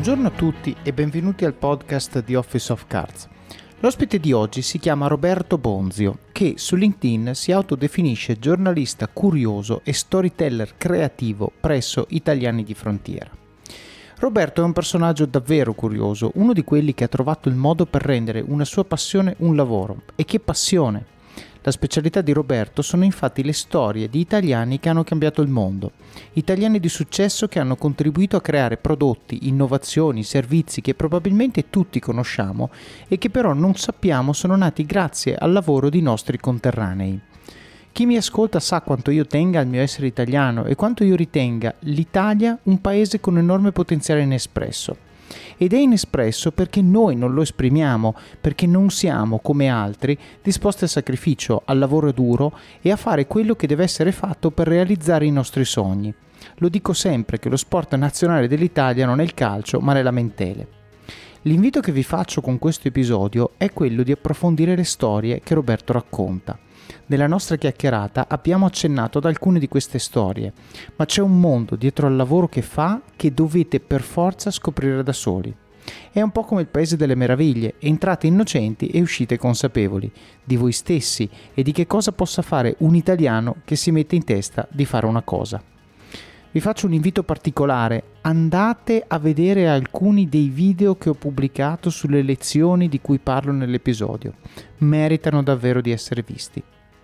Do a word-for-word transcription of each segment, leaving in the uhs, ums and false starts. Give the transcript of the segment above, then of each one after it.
Buongiorno a tutti e benvenuti al podcast di Office of Cards. L'ospite di oggi si chiama Roberto Bonzio, che su LinkedIn si autodefinisce giornalista curioso e storyteller creativo presso Italiani di Frontiera. Roberto è un personaggio davvero curioso, uno di quelli che ha trovato il modo per rendere una sua passione un lavoro. E che passione! La specialità di Roberto sono infatti le storie di italiani che hanno cambiato il mondo, italiani di successo che hanno contribuito a creare prodotti, innovazioni, servizi che probabilmente tutti conosciamo e che però non sappiamo sono nati grazie al lavoro di nostri conterranei. Chi mi ascolta sa quanto io tenga al mio essere italiano e quanto io ritenga l'Italia un paese con enorme potenziale inespresso. Ed è inespresso perché noi non lo esprimiamo, perché non siamo, come altri, disposti al sacrificio, al lavoro duro e a fare quello che deve essere fatto per realizzare i nostri sogni. Lo dico sempre che lo sport nazionale dell'Italia non è il calcio, ma le lamentele. L'invito che vi faccio con questo episodio è quello di approfondire le storie che Roberto racconta. Nella nostra chiacchierata abbiamo accennato ad alcune di queste storie, ma c'è un mondo dietro al lavoro che fa che dovete per forza scoprire da soli. È un po' come il paese delle meraviglie, entrate innocenti e uscite consapevoli di voi stessi e di che cosa possa fare un italiano che si mette in testa di fare una cosa. Vi faccio un invito particolare, andate a vedere alcuni dei video che ho pubblicato sulle lezioni di cui parlo nell'episodio, meritano davvero di essere visti.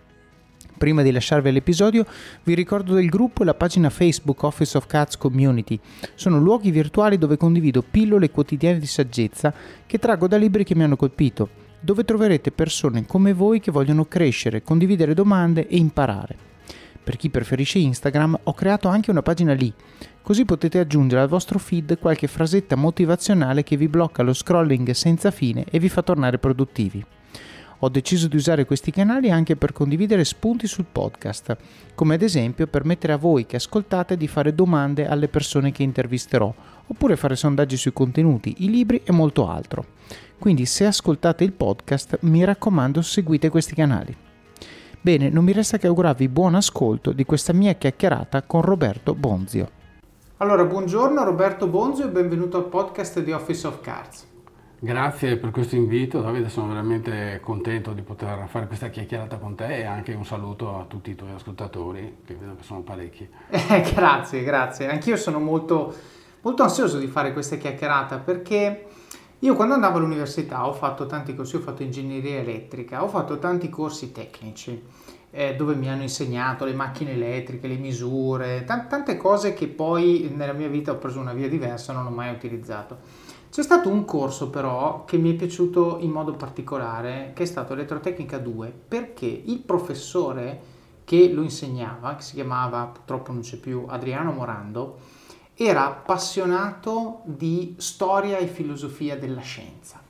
Prima di lasciarvi all'episodio vi ricordo del gruppo e la pagina Facebook Office of Cards Community. Sono luoghi virtuali dove condivido pillole quotidiane di saggezza che traggo da libri che mi hanno colpito, dove troverete persone come voi che vogliono crescere, condividere domande e imparare. Per chi preferisce Instagram ho creato anche una pagina lì, così potete aggiungere al vostro feed qualche frasetta motivazionale che vi blocca lo scrolling senza fine e vi fa tornare produttivi. Ho deciso di usare questi canali anche per condividere spunti sul podcast, come ad esempio permettere a voi che ascoltate di fare domande alle persone che intervisterò, oppure fare sondaggi sui contenuti, i libri e molto altro. Quindi se ascoltate il podcast, mi raccomando seguite questi canali. Bene, non mi resta che augurarvi buon ascolto di questa mia chiacchierata con Roberto Bonzio. Allora, buongiorno Roberto Bonzio e benvenuto al podcast di Office of Cards. Grazie per questo invito, Davide, sono veramente contento di poter fare questa chiacchierata con te e anche un saluto a tutti i tuoi ascoltatori, che vedo che sono parecchi. Eh, grazie, grazie. Anch'io sono molto, molto ansioso di fare questa chiacchierata perché io quando andavo all'università ho fatto tanti corsi, ho fatto ingegneria elettrica, ho fatto tanti corsi tecnici eh, dove mi hanno insegnato le macchine elettriche, le misure, t- tante cose che poi nella mia vita ho preso una via diversa e non ho mai utilizzato. C'è stato un corso però che mi è piaciuto in modo particolare, che è stato Elettrotecnica due, perché il professore che lo insegnava, che si chiamava, purtroppo non c'è più, Adriano Morando, era appassionato di storia e filosofia della scienza.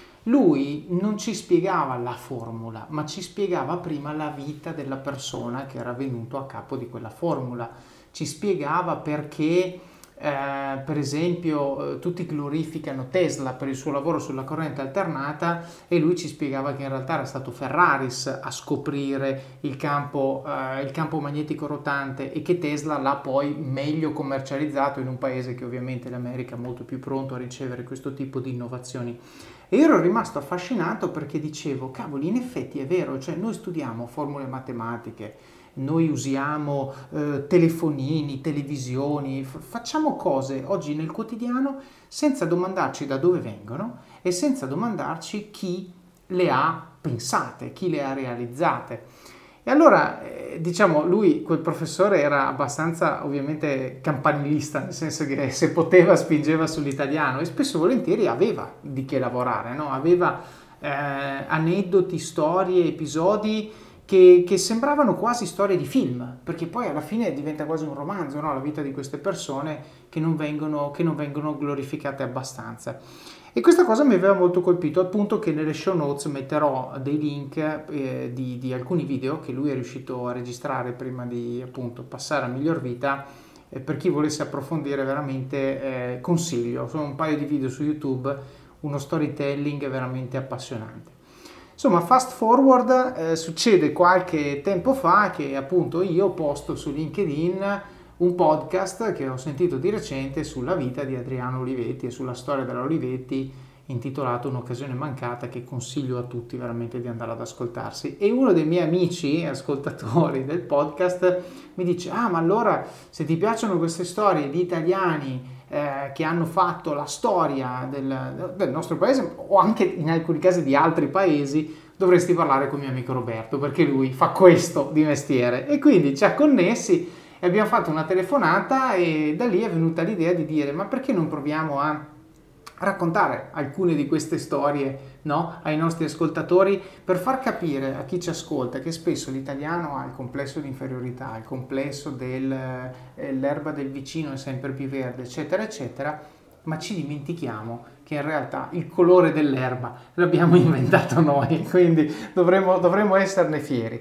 Lui non ci spiegava la formula, ma ci spiegava prima la vita della persona che era venuto a capo di quella formula. Ci spiegava perché Eh, per esempio eh, tutti glorificano Tesla per il suo lavoro sulla corrente alternata e lui ci spiegava che in realtà era stato Ferraris a scoprire il campo, eh, il campo magnetico rotante e che Tesla l'ha poi meglio commercializzato in un paese che ovviamente l'America è molto più pronto a ricevere questo tipo di innovazioni. E io ero rimasto affascinato perché dicevo, cavoli, in effetti è vero, cioè noi studiamo formule matematiche, noi usiamo eh, telefonini, televisioni, f- facciamo cose oggi nel quotidiano senza domandarci da dove vengono e senza domandarci chi le ha pensate, chi le ha realizzate. E allora, eh, diciamo, lui, quel professore, era abbastanza ovviamente campanilista, nel senso che se poteva spingeva sull'italiano e spesso e volentieri aveva di che lavorare, no? Aveva eh, aneddoti, storie, episodi Che, che sembravano quasi storie di film, perché poi alla fine diventa quasi un romanzo, no? La vita di queste persone che non vengono, che non vengono glorificate abbastanza. E questa cosa mi aveva molto colpito, al punto che nelle show notes metterò dei link eh, di, di alcuni video che lui è riuscito a registrare prima di appunto passare a miglior vita. Eh, per chi volesse approfondire veramente eh, consiglio, sono un paio di video su YouTube, uno storytelling veramente appassionante. Insomma, fast forward, eh, succede qualche tempo fa che appunto io posto su LinkedIn un podcast che ho sentito di recente sulla vita di Adriano Olivetti e sulla storia della Olivetti, intitolato Un'occasione mancata, che consiglio a tutti veramente di andare ad ascoltarsi. E uno dei miei amici ascoltatori del podcast mi dice: ah, ma allora se ti piacciono queste storie di italiani eh, che hanno fatto la storia del, del nostro paese, o anche in alcuni casi di altri paesi, dovresti parlare con mio amico Roberto, perché lui fa questo di mestiere. E quindi ci ha connessi e abbiamo fatto una telefonata, e da lì è venuta l'idea di dire: ma perché non proviamo a raccontare alcune di queste storie, no, ai nostri ascoltatori, per far capire a chi ci ascolta che spesso l'italiano ha il complesso di inferiorità, il complesso dell'erba del vicino è sempre più verde, eccetera eccetera, ma ci dimentichiamo che in realtà il colore dell'erba l'abbiamo inventato noi, quindi dovremmo, dovremmo esserne fieri.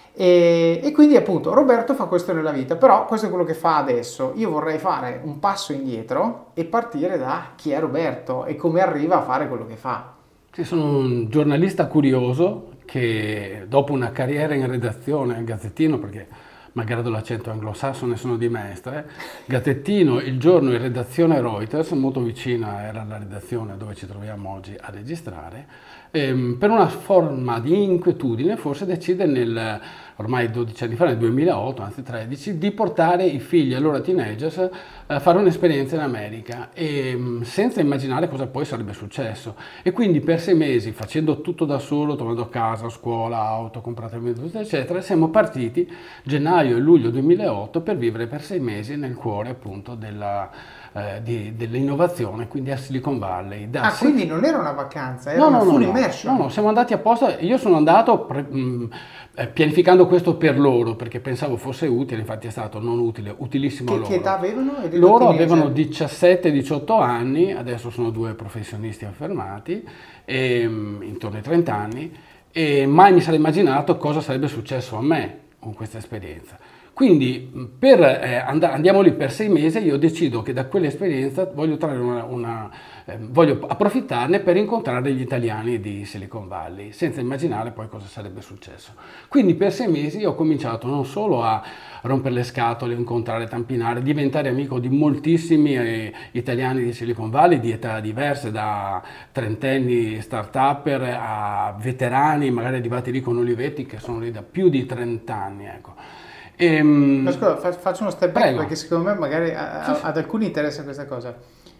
E, e quindi appunto Roberto fa questo nella vita, però questo è quello che fa adesso. Io vorrei fare un passo indietro e partire da chi è Roberto e come arriva a fare quello che fa. Sì, sono un giornalista curioso che dopo una carriera in redazione al Gazzettino, perché malgrado l'accento anglosassone sono di Mestre, Gazzettino, Il Giorno in redazione Reuters, molto vicina era la redazione dove ci troviamo oggi a registrare, ehm, per una forma di inquietudine forse decide nel, ormai dodici anni fa, nel duemilaotto, anzi tredici, di portare i figli, allora teenagers, a fare un'esperienza in America, e, senza immaginare cosa poi sarebbe successo. E quindi per sei mesi, facendo tutto da solo, trovando casa, scuola, auto, compravendita, eccetera, siamo partiti gennaio e luglio duemilaotto per vivere per sei mesi nel cuore appunto della, eh, di, dell'innovazione, quindi a Silicon Valley. Da ah, Sil- quindi non era una vacanza, era no, una no, full no, immersion. No, no, siamo andati apposta, io sono andato pre- mh, eh, pianificando questo per loro, perché pensavo fosse utile, infatti è stato non utile, utilissimo a Che, loro. che età avevano? Hai detto Loro teenager. avevano diciassette diciotto anni, adesso sono due professionisti affermati, e, mh, intorno ai trenta anni, e mai mi sarei immaginato cosa sarebbe successo a me con questa esperienza. Quindi per, eh, and- andiamo lì per sei mesi, io decido che da quell'esperienza voglio, trarre una, una, eh, voglio approfittarne per incontrare gli italiani di Silicon Valley, senza immaginare poi cosa sarebbe successo. Quindi per sei mesi io ho cominciato non solo a rompere le scatole, incontrare, tampinare, diventare amico di moltissimi eh, italiani di Silicon Valley, di età diverse, da trentenni start-upper a veterani, magari arrivati lì con Olivetti, che sono lì da più di trenta anni, ecco. Ehm, Ma scusa, fa- faccio uno step back, prego. perché secondo me magari a- a- Sì, sì. ad alcuni interessa questa cosa.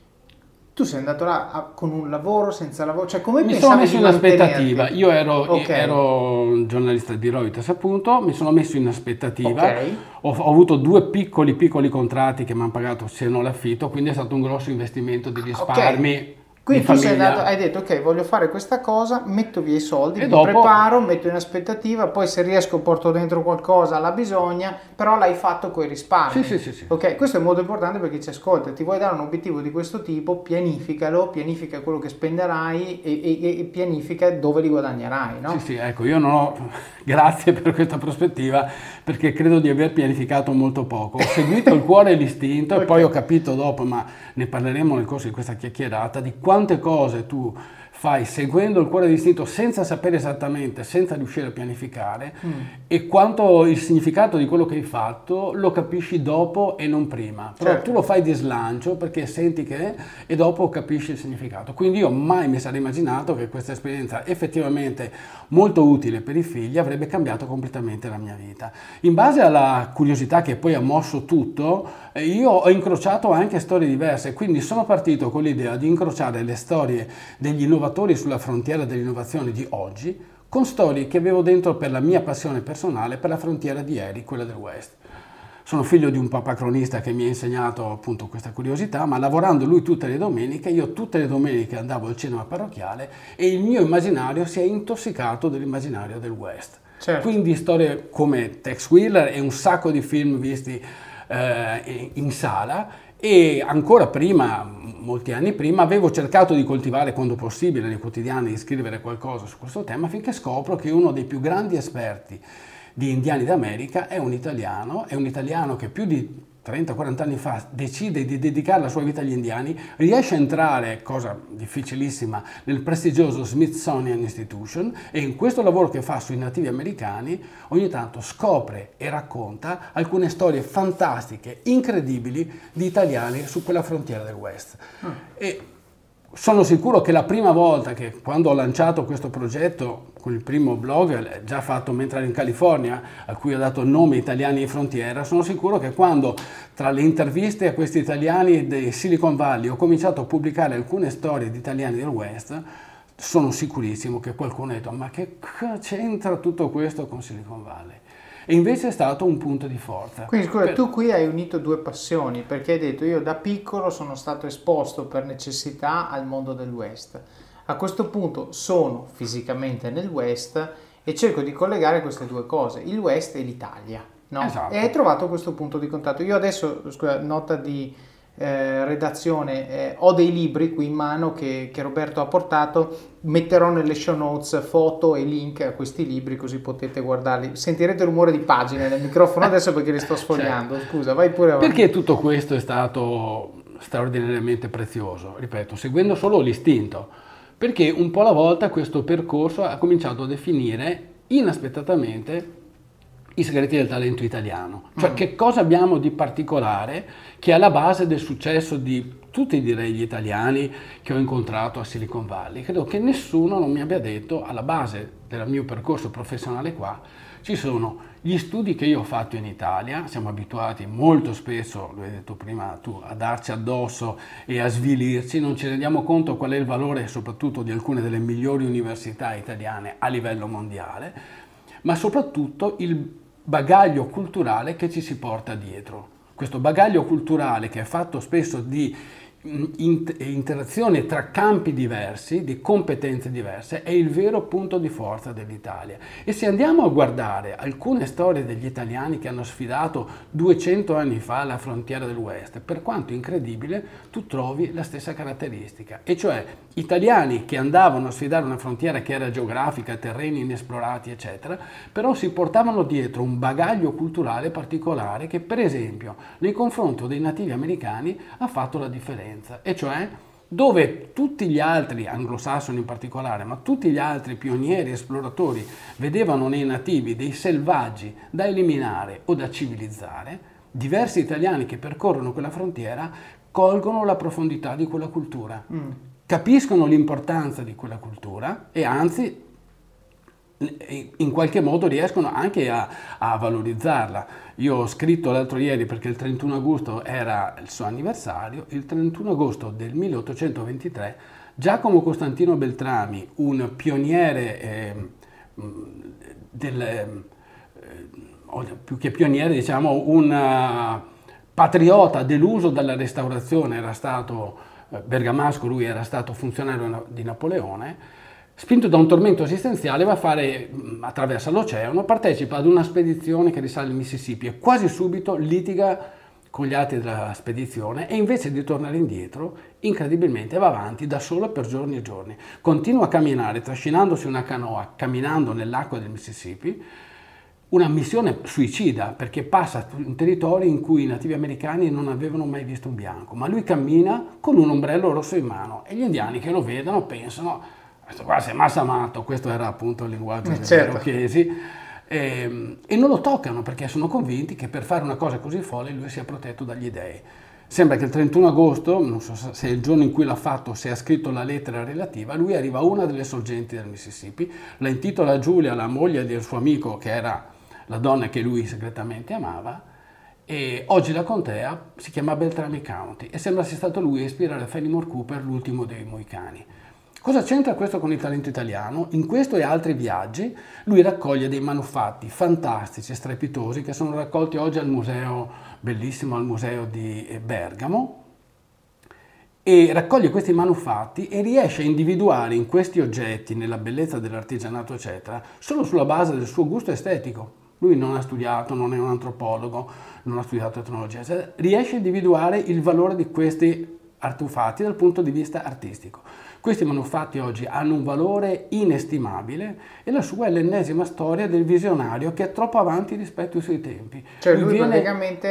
Tu sei andato là a- con un lavoro, senza lavoro, cioè come Mi pensavi sono messo di in aspettativa, mantenerti? io ero, Ok. ero un giornalista di Reuters appunto, mi sono messo in aspettativa, Ok. ho, ho avuto due piccoli piccoli contratti che mi hanno pagato se non l'affitto, quindi è stato un grosso investimento di risparmi. Quindi di tu sei famiglia. andato, hai detto ok, voglio fare questa cosa, metto via i soldi, E mi dopo- preparo, metto in aspettativa, poi se riesco porto dentro qualcosa alla bisogna, però l'hai fatto coi risparmi. Sì, sì, sì, sì. Ok, questo è molto importante per chi ci ascolta. Ti vuoi dare un obiettivo di questo tipo, pianificalo, pianifica quello che spenderai e, e- e pianifica dove li guadagnerai, no? Sì, sì, ecco, io non ho, grazie per questa prospettiva, perché credo di aver pianificato molto poco. Ho seguito il cuore e l'istinto Ok. e poi ho capito dopo, ma ne parleremo nel corso di questa chiacchierata, di quante cose tu fai seguendo il cuore e l'istinto senza sapere esattamente, senza riuscire a pianificare, Mm. e quanto il significato di quello che hai fatto lo capisci dopo e non prima. Però Certo. tu lo fai di slancio perché senti che e dopo capisci il significato. Quindi io mai mi sarei immaginato che questa esperienza effettivamente molto utile per i figli avrebbe cambiato completamente la mia vita. In base alla curiosità che poi ha mosso tutto, eh, io ho incrociato anche storie diverse, quindi sono partito con l'idea di incrociare le storie degli innovatori sulla frontiera dell'innovazione di oggi con storie che avevo dentro per la mia passione personale per la frontiera di ieri, quella del West. Sono figlio di un papà cronista che mi ha insegnato appunto questa curiosità, ma lavorando lui tutte le domeniche, io tutte le domeniche andavo al cinema parrocchiale e il mio immaginario si è intossicato dell'immaginario del West. Certo. Quindi storie come Tex Wheeler e un sacco di film visti eh, in sala, e ancora prima, molti anni prima, avevo cercato di coltivare quando possibile nei quotidiani, di scrivere qualcosa su questo tema, finché scopro che uno dei più grandi esperti di indiani d'America è un italiano, è un italiano che più di trenta quaranta anni fa decide di dedicare la sua vita agli indiani, riesce a entrare, cosa difficilissima, nel prestigioso Smithsonian Institution, e in questo lavoro che fa sui nativi americani ogni tanto scopre e racconta alcune storie fantastiche, incredibili di italiani su quella frontiera del West. Mm. E sono sicuro che la prima volta che, quando ho lanciato questo progetto con il primo blog, già fatto mentre ero in California, a cui ho dato il nome Italiani in Frontiera, sono sicuro che quando tra le interviste a questi italiani dei Silicon Valley ho cominciato a pubblicare alcune storie di italiani del West, sono sicurissimo che qualcuno ha detto: ma che c'entra tutto questo con Silicon Valley? E invece è stato un punto di forza. Quindi scusa, per... tu qui hai unito due passioni, perché hai detto: io da piccolo sono stato esposto per necessità al mondo del West. A questo punto sono fisicamente nel West e cerco di collegare queste due cose, il West e l'Italia, no? Esatto. E hai trovato questo punto di contatto. Io adesso, scusa, nota di eh, redazione, eh, ho dei libri qui in mano che, che Roberto ha portato, metterò nelle show notes foto e link a questi libri così potete guardarli. Sentirete il rumore di pagine nel microfono adesso perché li sto sfogliando. Certo. Scusa, vai pure avanti. Perché tutto questo è stato straordinariamente prezioso? Ripeto, seguendo solo l'istinto, perché un po' alla volta questo percorso ha cominciato a definire inaspettatamente i segreti del talento italiano. Cioè, mm. che cosa abbiamo di particolare che è alla base del successo di tutti, direi, gli italiani che ho incontrato a Silicon Valley. Credo che nessuno non mi abbia detto: alla base del mio percorso professionale qua ci sono gli studi che io ho fatto in Italia. Siamo abituati molto spesso, lo hai detto prima tu, a darci addosso e a svilirci, non ci rendiamo conto qual è il valore soprattutto di alcune delle migliori università italiane a livello mondiale, ma soprattutto il bagaglio culturale che ci si porta dietro. Questo bagaglio culturale, che è fatto spesso di interazione tra campi diversi, di competenze diverse, è il vero punto di forza dell'Italia. E se andiamo a guardare alcune storie degli italiani che hanno sfidato duecento anni fa la frontiera del West, per quanto incredibile, tu trovi la stessa caratteristica, e cioè italiani che andavano a sfidare una frontiera che era geografica, terreni inesplorati, eccetera, però si portavano dietro un bagaglio culturale particolare che, per esempio, nei confronti dei nativi americani ha fatto la differenza. E cioè, dove tutti gli altri, anglosassoni in particolare, ma tutti gli altri pionieri esploratori vedevano nei nativi dei selvaggi da eliminare o da civilizzare, diversi italiani che percorrono quella frontiera colgono la profondità di quella cultura, mm. capiscono l'importanza di quella cultura e anzi in qualche modo riescono anche a, a valorizzarla. Io ho scritto l'altro ieri, perché il trentuno agosto era il suo anniversario, il trentuno agosto del milleottocentoventitré Giacomo Costantino Beltrami, un pioniere eh, del, eh, più che pioniere, diciamo un uh, patriota deluso dalla restaurazione, era stato eh, bergamasco, lui era stato funzionario di Napoleone. Spinto da un tormento esistenziale, va a fare, attraversa l'oceano, partecipa ad una spedizione che risale il Mississippi e quasi subito litiga con gli altri della spedizione e invece di tornare indietro, incredibilmente va avanti da solo per giorni e giorni. Continua a camminare, trascinandosi una canoa, camminando nell'acqua del Mississippi, una missione suicida, perché passa in territori in cui i nativi americani non avevano mai visto un bianco, ma lui cammina con un ombrello rosso in mano e gli indiani che lo vedono pensano: questo qua si è massamato. Questo era appunto il linguaggio dei certo. irochesi, e, e non lo toccano perché sono convinti che per fare una cosa così folle lui sia protetto dagli dèi. Sembra che il trentuno agosto, non so se è il giorno in cui l'ha fatto, se ha scritto la lettera relativa, lui arriva a una delle sorgenti del Mississippi, la intitola Giulia, la moglie del suo amico, che era la donna che lui segretamente amava, e oggi la contea si chiama Beltrami County e sembra sia stato lui a ispirare Fenimore Cooper, l'ultimo dei Mohicani. Cosa c'entra questo con il talento italiano? In questo e altri viaggi lui raccoglie dei manufatti fantastici, strepitosi, che sono raccolti oggi al museo, bellissimo, al museo di Bergamo, e raccoglie questi manufatti e riesce a individuare in questi oggetti, nella bellezza dell'artigianato, eccetera, solo sulla base del suo gusto estetico. Lui non ha studiato, non è un antropologo, non ha studiato etnologia, eccetera. Riesce a individuare il valore di questi artefatti dal punto di vista artistico. Questi manufatti oggi hanno un valore inestimabile e la sua è l'ennesima storia del visionario che è troppo avanti rispetto ai suoi tempi. Cioè lui, lui viene... praticamente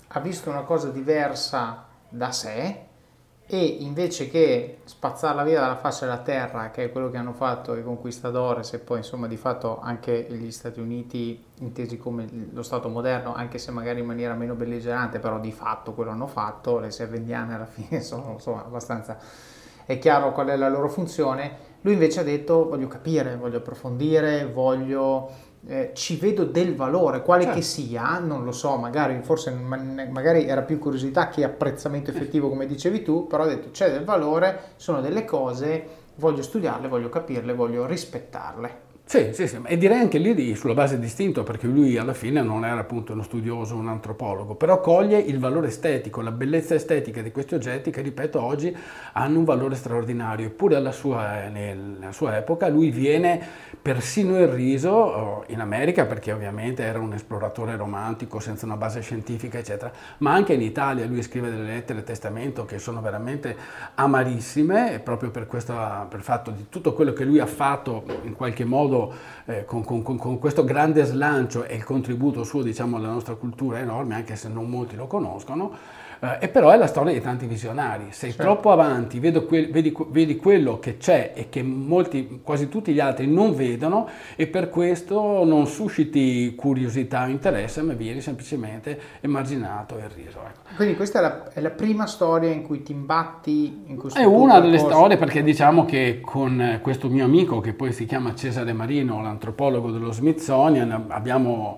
ha visto una cosa diversa da sé e invece che spazzarla via dalla faccia della terra, che è quello che hanno fatto i conquistadores e poi insomma di fatto anche gli Stati Uniti intesi come lo Stato moderno, anche se magari in maniera meno belligerante, però di fatto quello hanno fatto, le serve indiane alla fine sono insomma abbastanza, è chiaro qual è la loro funzione. Lui invece ha detto voglio capire, voglio approfondire, voglio... Eh, ci vedo del valore, quale certo. che sia, non lo so, magari forse magari era più curiosità che apprezzamento effettivo come dicevi tu, però ha detto c'è del valore, sono delle cose, voglio studiarle, voglio capirle, voglio rispettarle. Sì, sì, sì, e direi anche lì sulla base distinto, perché lui alla fine non era appunto uno studioso, un antropologo, però coglie il valore estetico, la bellezza estetica di questi oggetti che, ripeto, oggi hanno un valore straordinario. Eppure alla sua, nella sua epoca lui viene persino irriso in America, perché ovviamente era un esploratore romantico senza una base scientifica, eccetera, ma anche in Italia lui scrive delle lettere testamento che sono veramente amarissime, proprio per, questa, per il fatto di tutto quello che lui ha fatto in qualche modo Eh, con, con, con questo grande slancio e il contributo suo, diciamo, alla nostra cultura è enorme, anche se non molti lo conoscono, eh, e però è la storia di tanti visionari. Sei certo. troppo avanti, vedo que- vedi, vedi quello che c'è e che molti, quasi tutti gli altri non vedono, e per questo non susciti curiosità o interesse, ma vieni semplicemente emarginato e riso. Ecco. Quindi questa è la, è la prima storia in cui ti imbatti in questo È una delle storie, perché diciamo che con questo mio amico, che poi si chiama Cesare Marino, l'antropologo dello Smithsonian, abbiamo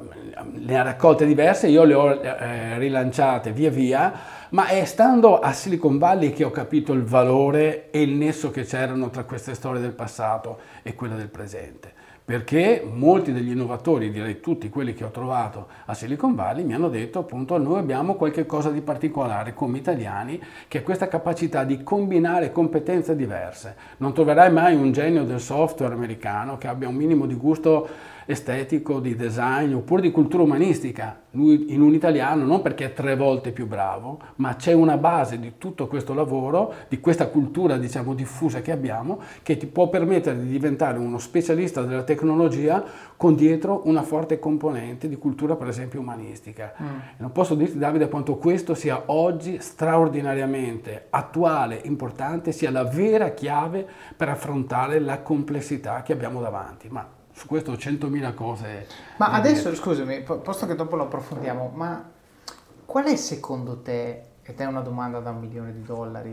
le ha raccolte diverse, io le ho eh, rilanciate via via, ma è stando a Silicon Valley che ho capito il valore e il nesso che c'erano tra queste storie del passato e quelle del presente. Perché molti degli innovatori, direi tutti quelli che ho trovato a Silicon Valley, mi hanno detto appunto noi abbiamo qualche cosa di particolare come italiani, che è questa capacità di combinare competenze diverse. Non troverai mai un genio del software americano che abbia un minimo di gusto estetico, di design oppure di cultura umanistica. Lui in un italiano, non perché è tre volte più bravo, ma c'è una base di tutto questo lavoro, di questa cultura diciamo diffusa che abbiamo, che ti può permettere di diventare uno specialista della tecnologia con dietro una forte componente di cultura per esempio umanistica. Mm. E non posso dirti, Davide, quanto questo sia oggi straordinariamente attuale, importante, sia la vera chiave per affrontare la complessità che abbiamo davanti. Ma su questo ho centomila cose. Ma adesso, scusami, posto che dopo lo approfondiamo, ma qual è secondo te, ed è una domanda da un milione di dollari,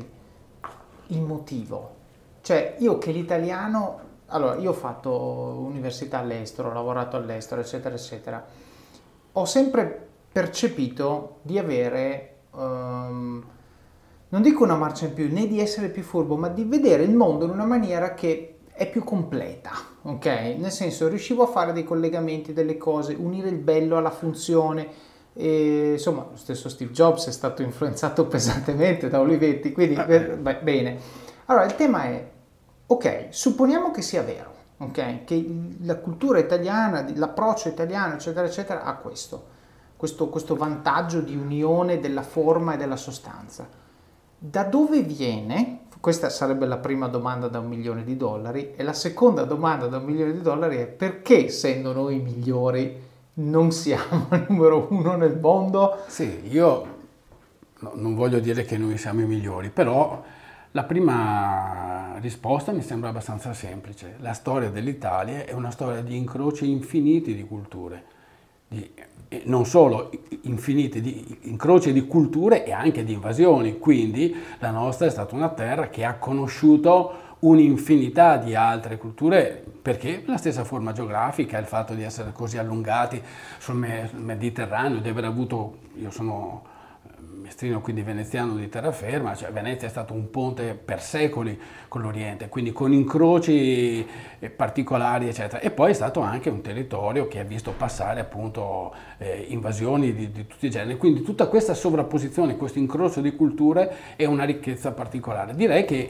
il motivo? Cioè, io che l'italiano, allora, io ho fatto università all'estero, ho lavorato all'estero, eccetera, eccetera, ho sempre percepito di avere, um, non dico una marcia in più, né di essere più furbo, ma di vedere il mondo in una maniera che è più completa, ok? Nel senso, riuscivo a fare dei collegamenti, delle cose, unire il bello alla funzione, e, insomma, lo stesso Steve Jobs è stato influenzato pesantemente da Olivetti, quindi beh, bene. Allora, il tema è, ok, supponiamo che sia vero, ok? Che la cultura italiana, l'approccio italiano, eccetera, eccetera, ha questo, questo, questo vantaggio di unione della forma e della sostanza. Da dove viene? Questa sarebbe la prima domanda da un milione di dollari, e la seconda domanda da un milione di dollari è perché, essendo noi migliori, non siamo il numero uno nel mondo? Sì, io no, non voglio dire che noi siamo i migliori, però la prima risposta mi sembra abbastanza semplice. La storia dell'Italia è una storia di incroci infiniti di culture, di non solo infiniti di incroci di culture e anche di invasioni, quindi la nostra è stata una terra che ha conosciuto un'infinità di altre culture, perché la stessa forma geografica, il fatto di essere così allungati sul Mediterraneo, di aver avuto, io sono mestrino quindi veneziano di terraferma, cioè Venezia è stato un ponte per secoli con l'Oriente, quindi con incroci particolari eccetera, e poi è stato anche un territorio che ha visto passare appunto eh, invasioni di, di tutti i generi, quindi tutta questa sovrapposizione, questo incrocio di culture è una ricchezza particolare. Direi che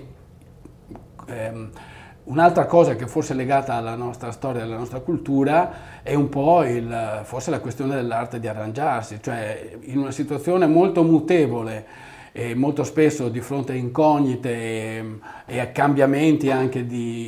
ehm, un'altra cosa che forse è legata alla nostra storia, alla nostra cultura, è un po' il, forse la questione dell'arte di arrangiarsi, cioè in una situazione molto mutevole e molto spesso di fronte a incognite e, e a cambiamenti anche di,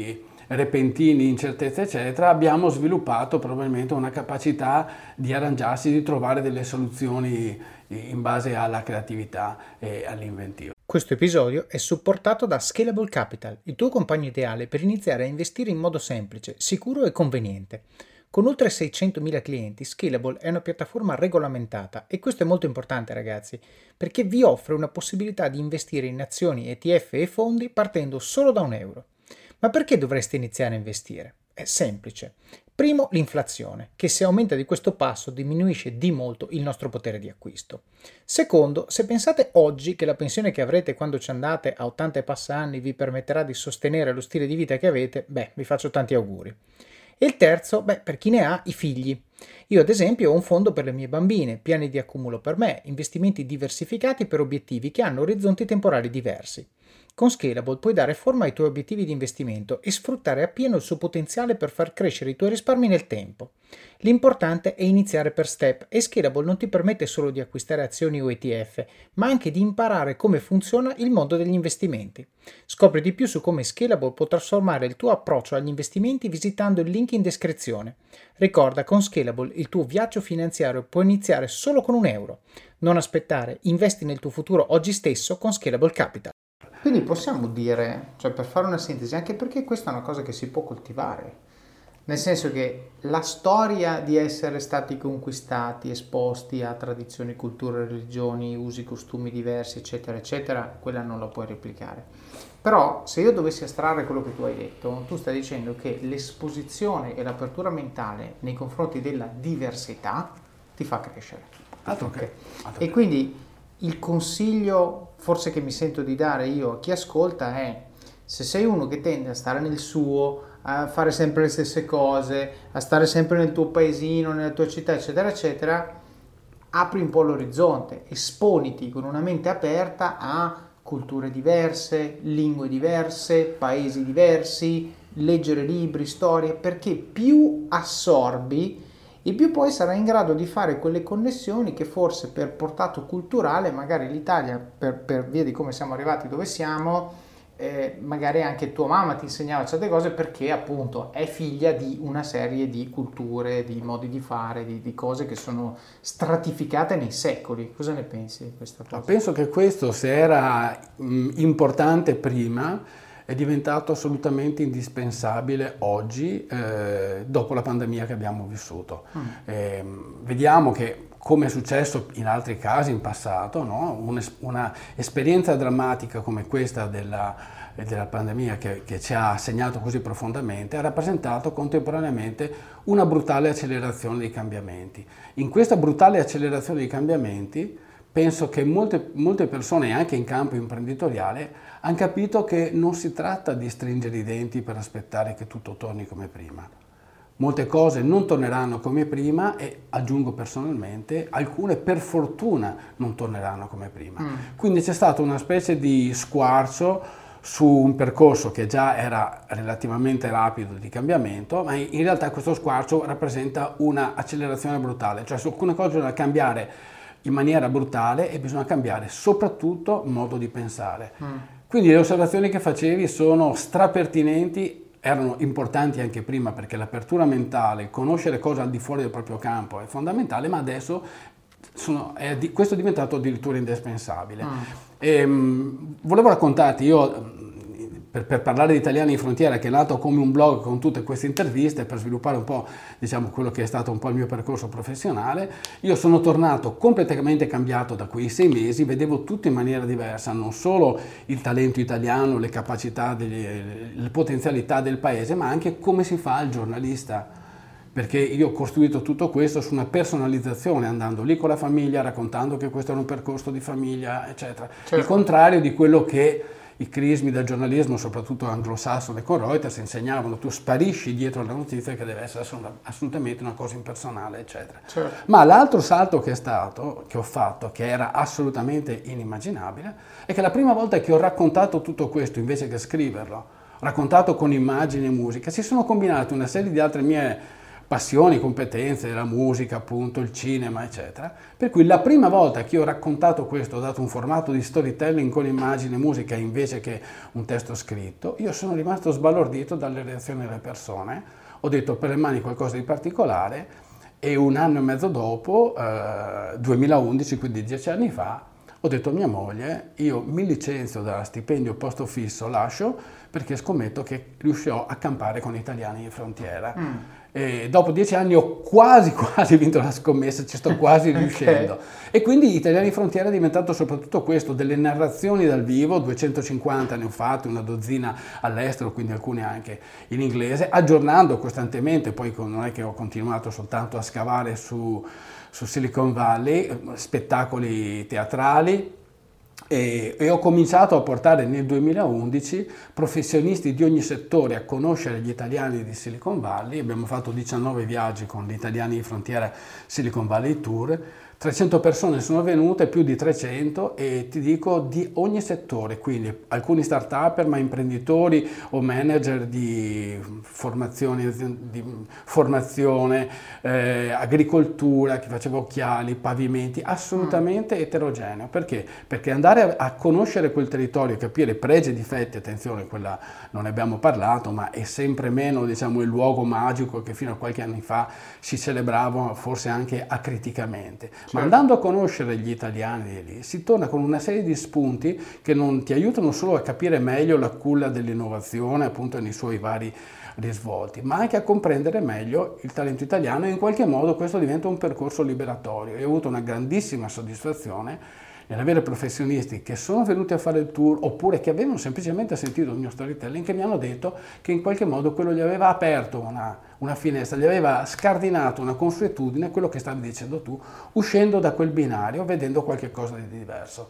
repentini, incertezze eccetera, abbiamo sviluppato probabilmente una capacità di arrangiarsi, di trovare delle soluzioni in base alla creatività e all'inventiva. Questo episodio è supportato da Scalable Capital, il tuo compagno ideale per iniziare a investire in modo semplice, sicuro e conveniente. Con oltre seicentomila clienti, Scalable è una piattaforma regolamentata e questo è molto importante, ragazzi, perché vi offre una possibilità di investire in azioni, E T F e fondi partendo solo da un euro. Ma perché dovreste iniziare a investire? È semplice. Primo, l'inflazione, che se aumenta di questo passo diminuisce di molto il nostro potere di acquisto. Secondo, se pensate oggi che la pensione che avrete quando ci andate a ottanta e passa anni vi permetterà di sostenere lo stile di vita che avete, beh, vi faccio tanti auguri. E il terzo, beh, per chi ne ha, i figli. Io ad esempio ho un fondo per le mie bambine, piani di accumulo per me, investimenti diversificati per obiettivi che hanno orizzonti temporali diversi. Con Scalable puoi dare forma ai tuoi obiettivi di investimento e sfruttare appieno il suo potenziale per far crescere i tuoi risparmi nel tempo. L'importante è iniziare per step e Scalable non ti permette solo di acquistare azioni o E T F, ma anche di imparare come funziona il mondo degli investimenti. Scopri di più su come Scalable può trasformare il tuo approccio agli investimenti visitando il link in descrizione. Ricorda, con Scalable il tuo viaggio finanziario può iniziare solo con un euro. Non aspettare, investi nel tuo futuro oggi stesso con Scalable Capital. Quindi possiamo dire, cioè per fare una sintesi, anche perché questa è una cosa che si può coltivare, nel senso che la storia di essere stati conquistati, esposti a tradizioni, culture, religioni, usi, costumi diversi, eccetera, eccetera, quella non la puoi replicare. Però se io dovessi astrarre quello che tu hai detto, tu stai dicendo che l'esposizione e l'apertura mentale nei confronti della diversità ti fa crescere. Altro okay. che. Altro E quindi il consiglio forse che mi sento di dare io a chi ascolta è: se sei uno che tende a stare nel suo, a fare sempre le stesse cose, a stare sempre nel tuo paesino, nella tua città, eccetera, eccetera, apri un po' l'orizzonte, esponiti con una mente aperta a culture diverse, lingue diverse, paesi diversi, leggere libri, storie, perché più assorbi e più poi sarà in grado di fare quelle connessioni che forse per portato culturale magari l'Italia, per, per via di come siamo arrivati dove siamo, eh, magari anche tua mamma ti insegnava certe cose perché appunto è figlia di una serie di culture, di modi di fare, di, di cose che sono stratificate nei secoli. Cosa ne pensi di questa cosa? Penso che questo, se era mh, importante prima, è diventato assolutamente indispensabile oggi, eh, dopo la pandemia che abbiamo vissuto. Mm. Eh, vediamo che, come è successo in altri casi in passato, no? Una esperienza drammatica come questa della, della pandemia che, che ci ha segnato così profondamente ha rappresentato contemporaneamente una brutale accelerazione dei cambiamenti. In questa brutale accelerazione dei cambiamenti penso che molte, molte persone, anche in campo imprenditoriale, hanno capito che non si tratta di stringere i denti per aspettare che tutto torni come prima. Molte cose non torneranno come prima e, aggiungo personalmente, alcune per fortuna non torneranno come prima. Mm. Quindi c'è stato una specie di squarcio su un percorso che già era relativamente rapido di cambiamento, ma in realtà questo squarcio rappresenta una accelerazione brutale, cioè su alcune cose da cambiare in maniera brutale e bisogna cambiare soprattutto modo di pensare. Mm. Quindi le osservazioni che facevi sono strapertinenti, erano importanti anche prima perché l'apertura mentale, conoscere cose al di fuori del proprio campo è fondamentale, ma adesso sono, è, questo è diventato addirittura indispensabile. Mm. E, um, volevo raccontarti, io Per, per parlare di Italiani in Frontiera, che è nato come un blog con tutte queste interviste per sviluppare un po', diciamo, quello che è stato un po' il mio percorso professionale, io sono tornato completamente cambiato da quei sei mesi, vedevo tutto in maniera diversa, non solo il talento italiano, le capacità, degli, le potenzialità del paese, ma anche come si fa il giornalista. Perché io ho costruito tutto questo su una personalizzazione, andando lì con la famiglia, raccontando che questo era un percorso di famiglia, eccetera. Certo. Il contrario di quello che i crismi del giornalismo, soprattutto anglosassone con Reuters, insegnavano: tu sparisci dietro la notizia che deve essere assolutamente una cosa impersonale, eccetera. Certo. Ma l'altro salto che è stato, che ho fatto, che era assolutamente inimmaginabile, è che la prima volta che ho raccontato tutto questo, invece che scriverlo, raccontato con immagini e musica, si sono combinate una serie di altre mie passioni, competenze, la musica, appunto, il cinema, eccetera. Per cui la prima volta che io ho raccontato questo, ho dato un formato di storytelling con immagine e musica invece che un testo scritto, io sono rimasto sbalordito dalle reazioni delle persone. Ho detto per le mani qualcosa di particolare e un anno e mezzo dopo, eh, duemilaundici, quindi dieci anni fa, ho detto a mia moglie, io mi licenzio da stipendio posto fisso, lascio, perché scommetto che riuscirò a campare con Italiani in Frontiera. Mm. E dopo dieci anni ho quasi quasi vinto la scommessa, ci sto quasi riuscendo. Okay. E quindi Italiani in Frontiera è diventato soprattutto questo, delle narrazioni dal vivo, duecentocinquanta ne ho fatte, una dozzina all'estero, quindi alcune anche in inglese, aggiornando costantemente, poi non è che ho continuato soltanto a scavare su... su Silicon Valley, spettacoli teatrali e, e ho cominciato a portare nel duemilaundici professionisti di ogni settore a conoscere gli italiani di Silicon Valley. Abbiamo fatto diciannove viaggi con gli Italiani di Frontiera Silicon Valley Tour, trecento persone sono venute, più di trecento, e ti dico di ogni settore, quindi alcuni start-up, ma imprenditori o manager di formazione, di formazione eh, agricoltura, chi faceva occhiali, pavimenti, assolutamente mm. eterogeneo. Perché? Perché andare a conoscere quel territorio, capire pregi e difetti, attenzione, quella non ne abbiamo parlato, ma è sempre meno, diciamo, il luogo magico che fino a qualche anno fa si celebrava, forse anche acriticamente. Certo. Ma andando a conoscere gli italiani di lì si torna con una serie di spunti che non ti aiutano solo a capire meglio la culla dell'innovazione, appunto nei suoi vari risvolti, ma anche a comprendere meglio il talento italiano, e in qualche modo questo diventa un percorso liberatorio. E ho avuto una grandissima soddisfazione nell'avere professionisti che sono venuti a fare il tour, oppure che avevano semplicemente sentito il mio storytelling, che mi hanno detto che in qualche modo quello gli aveva aperto una, una finestra, gli aveva scardinato una consuetudine, quello che stavi dicendo tu, uscendo da quel binario, vedendo qualche cosa di diverso.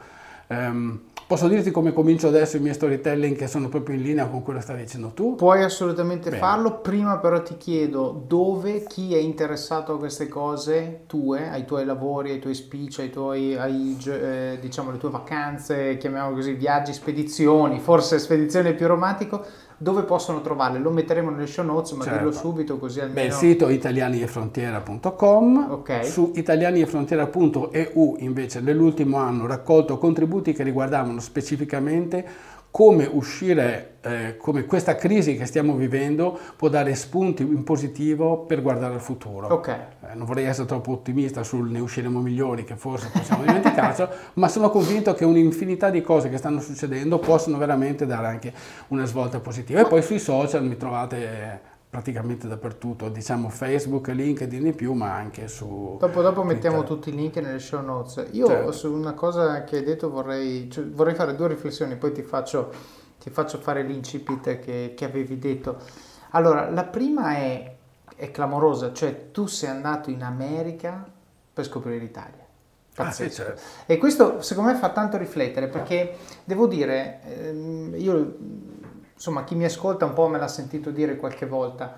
Um, posso dirti come comincio adesso i miei storytelling, che sono proprio in linea con quello che stavi dicendo tu? Puoi assolutamente Bene. farlo, prima però ti chiedo dove, chi è interessato a queste cose tue, ai tuoi lavori, ai tuoi speech, ai tuoi, ai, eh, diciamo, le tue vacanze, chiamiamolo così, viaggi, spedizioni, forse spedizione è più romantico, dove possono trovarle? Lo metteremo nelle show notes, ma certo. Dillo subito così almeno... Beh, il sito italiani e frontiera punto com, okay. Su italiani e frontiera punto e u invece nell'ultimo anno ho raccolto contributi che riguardavano specificamente come uscire, eh, come questa crisi che stiamo vivendo può dare spunti in positivo per guardare al futuro. Okay. Eh, non vorrei essere troppo ottimista sul ne usciremo migliori, che forse possiamo dimenticarci, ma sono convinto che un'infinità di cose che stanno succedendo possono veramente dare anche una svolta positiva. E poi sui social mi trovate praticamente dappertutto, diciamo Facebook, LinkedIn di più, ma anche su dopo, dopo mettiamo tutti i link nelle show notes. Io certo. su una cosa che hai detto vorrei, cioè, vorrei fare due riflessioni, poi ti faccio, ti faccio fare l'incipit che, che avevi detto. Allora, la prima è, è clamorosa, cioè tu sei andato in America per scoprire l'Italia. Ah, sì, certo. E questo secondo me fa tanto riflettere, perché devo dire, ehm, io insomma, chi mi ascolta un po' me l'ha sentito dire qualche volta,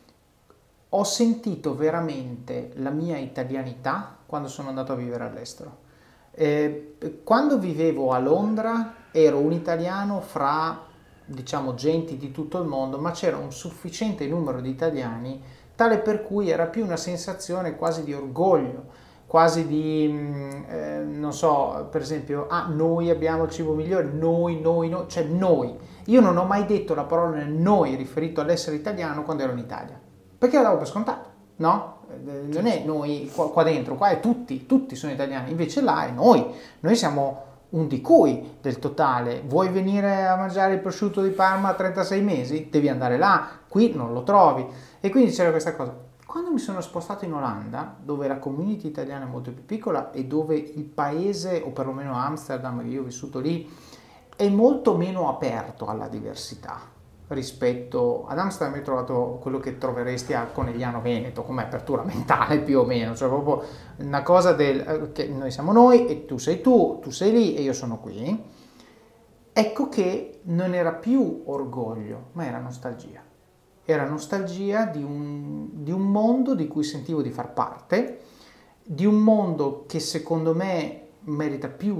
ho sentito veramente la mia italianità quando sono andato a vivere all'estero. Eh, quando vivevo a Londra ero un italiano fra, diciamo, genti di tutto il mondo, ma c'era un sufficiente numero di italiani tale per cui era più una sensazione quasi di orgoglio, quasi di, eh, non so, per esempio, ah, noi abbiamo il cibo migliore, noi, noi, noi, cioè noi. Io non ho mai detto la parola noi riferito all'essere italiano quando ero in Italia, perché la davo per scontato, no? Non è noi qua, qua dentro, qua è tutti, tutti sono italiani, invece là è noi, noi siamo un di cui del totale. Vuoi venire a mangiare il prosciutto di Parma a trentasei mesi? Devi andare là, qui non lo trovi. E quindi c'era questa cosa. Quando mi sono spostato in Olanda, dove la community italiana è molto più piccola e dove il paese, o perlomeno Amsterdam, io ho vissuto lì, è molto meno aperto alla diversità rispetto ad Amsterdam. Ho trovato quello che troveresti a Conegliano Veneto come apertura mentale più o meno, cioè proprio una cosa del che noi siamo noi e tu sei tu, tu sei lì e io sono qui. Ecco che non era più orgoglio, ma era nostalgia. Era nostalgia di un, di un mondo di cui sentivo di far parte, di un mondo che secondo me merita più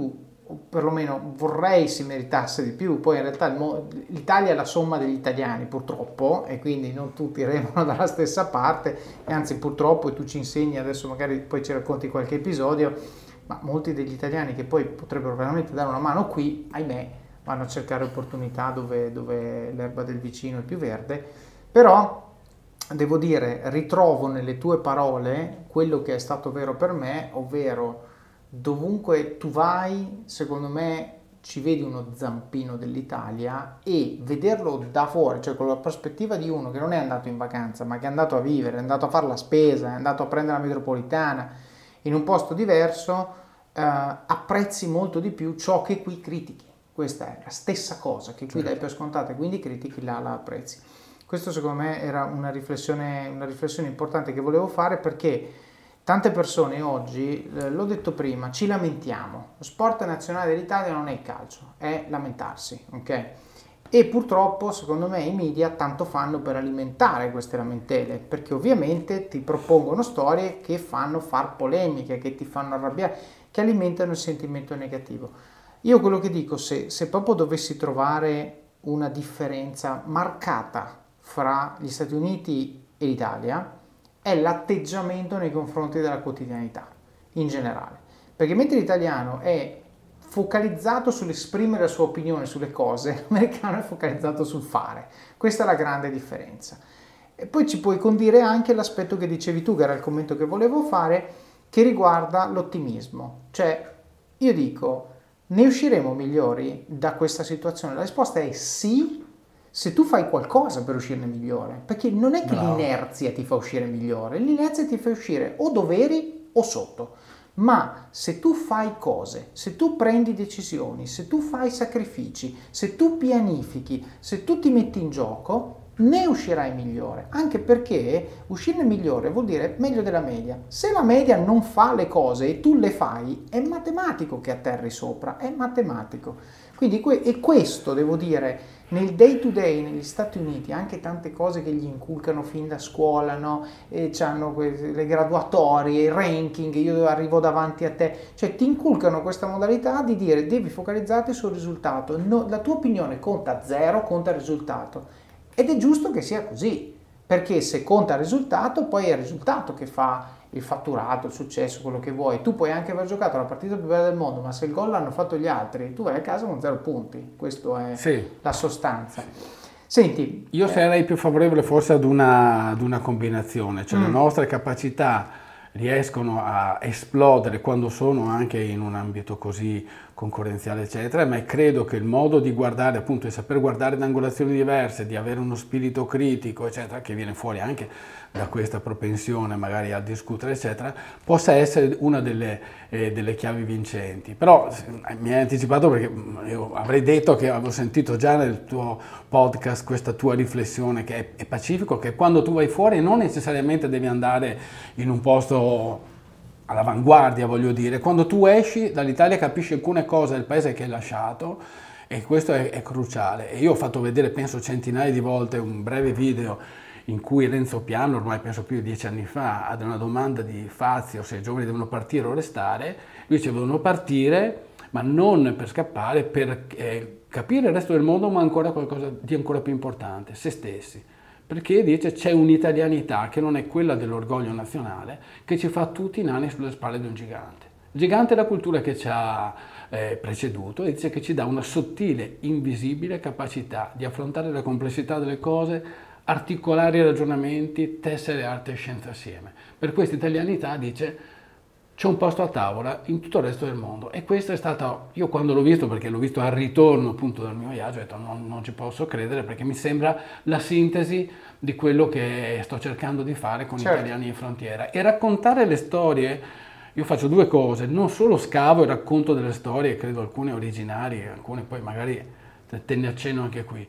o perlomeno vorrei si meritasse di più. Poi in realtà il mo- l'Italia è la somma degli italiani purtroppo, e quindi non tutti remano dalla stessa parte, e anzi purtroppo, e tu ci insegni adesso, magari poi ci racconti qualche episodio, ma molti degli italiani che poi potrebbero veramente dare una mano qui, ahimè, vanno a cercare opportunità dove, dove l'erba del vicino è più verde. Però devo dire, ritrovo nelle tue parole quello che è stato vero per me, ovvero dovunque tu vai, secondo me ci vedi uno zampino dell'Italia, e vederlo da fuori, cioè con la prospettiva di uno che non è andato in vacanza, ma che è andato a vivere, è andato a fare la spesa, è andato a prendere la metropolitana in un posto diverso, eh, apprezzi molto di più ciò che qui critichi. Questa è la stessa cosa che qui certo. dai per scontata e quindi critichi, là la apprezzi. Questo secondo me era una riflessione, una riflessione importante che volevo fare, perché tante persone oggi, eh, l'ho detto prima, ci lamentiamo. Lo sport nazionale dell'Italia non è il calcio, è lamentarsi, ok? E purtroppo, secondo me, i media tanto fanno per alimentare queste lamentele, perché ovviamente ti propongono storie che fanno far polemiche, che ti fanno arrabbiare, che alimentano il sentimento negativo. Io quello che dico, se, se proprio dovessi trovare una differenza marcata fra gli Stati Uniti e l'Italia, è l'atteggiamento nei confronti della quotidianità in generale, perché mentre l'italiano è focalizzato sull'esprimere la sua opinione sulle cose, l'americano è focalizzato sul fare. Questa è la grande differenza. E poi ci puoi condire anche l'aspetto che dicevi tu, che era il commento che volevo fare, che riguarda l'ottimismo. Cioè, io dico, ne usciremo migliori da questa situazione? La risposta è sì, se tu fai qualcosa per uscirne migliore, perché non è che no. l'inerzia ti fa uscire migliore, l'inerzia ti fa uscire o dove eri o sotto, ma se tu fai cose, se tu prendi decisioni, se tu fai sacrifici, se tu pianifichi, se tu ti metti in gioco, ne uscirai migliore, anche perché uscirne migliore vuol dire meglio della media. Se la media non fa le cose e tu le fai, è matematico che atterri sopra, è matematico. Quindi que- e questo, devo dire, nel day to day negli Stati Uniti, anche tante cose che gli inculcano fin da scuola, no? E c'hanno que- le graduatorie, il ranking, io arrivo davanti a te, cioè ti inculcano questa modalità di dire devi focalizzarti sul risultato, no, la tua opinione conta zero, conta il risultato. Ed è giusto che sia così, perché se conta il risultato, poi è il risultato che fa il fatturato, il successo, quello che vuoi. Tu puoi anche aver giocato la partita più bella del mondo, ma se il gol l'hanno fatto gli altri, tu vai a casa con zero punti. Questa è sì. la sostanza. Senti, io eh, sarei più favorevole forse ad una, ad una combinazione, cioè mm. le nostre capacità riescono a esplodere quando sono anche in un ambito così concorrenziale eccetera, ma credo che il modo di guardare, appunto di saper guardare da angolazioni diverse, di avere uno spirito critico eccetera, che viene fuori anche da questa propensione magari a discutere eccetera, possa essere una delle, eh, delle chiavi vincenti. Però mi hai anticipato, perché io avrei detto che avevo sentito già nel tuo podcast questa tua riflessione che è, è pacifico, che quando tu vai fuori non necessariamente devi andare in un posto all'avanguardia, voglio dire, quando tu esci dall'Italia capisci alcune cose del paese che hai lasciato, e questo è, è cruciale. E io ho fatto vedere, penso centinaia di volte, un breve video in cui Renzo Piano, ormai penso più di dieci anni fa, ad una domanda di Fazio se i giovani devono partire o restare, lui dice devono partire, ma non per scappare, per eh, capire il resto del mondo, ma ancora qualcosa di ancora più importante, se stessi. Perché dice c'è un'italianità che non è quella dell'orgoglio nazionale, che ci fa tutti i nani sulle spalle di un gigante. Il gigante è la cultura che ci ha eh, preceduto, e dice che ci dà una sottile, invisibile capacità di affrontare la complessità delle cose, articolare i ragionamenti, tessere arte e scienza assieme. Per questa italianità dice c'è un posto a tavola in tutto il resto del mondo, e questo è stato, io quando l'ho visto, perché l'ho visto al ritorno appunto dal mio viaggio, ho detto non, non ci posso credere, perché mi sembra la sintesi di quello che sto cercando di fare con certo. gli italiani in frontiera, e raccontare le storie. Io faccio due cose, non solo scavo e racconto delle storie, credo alcune originali, alcune poi magari te ne accenno anche qui.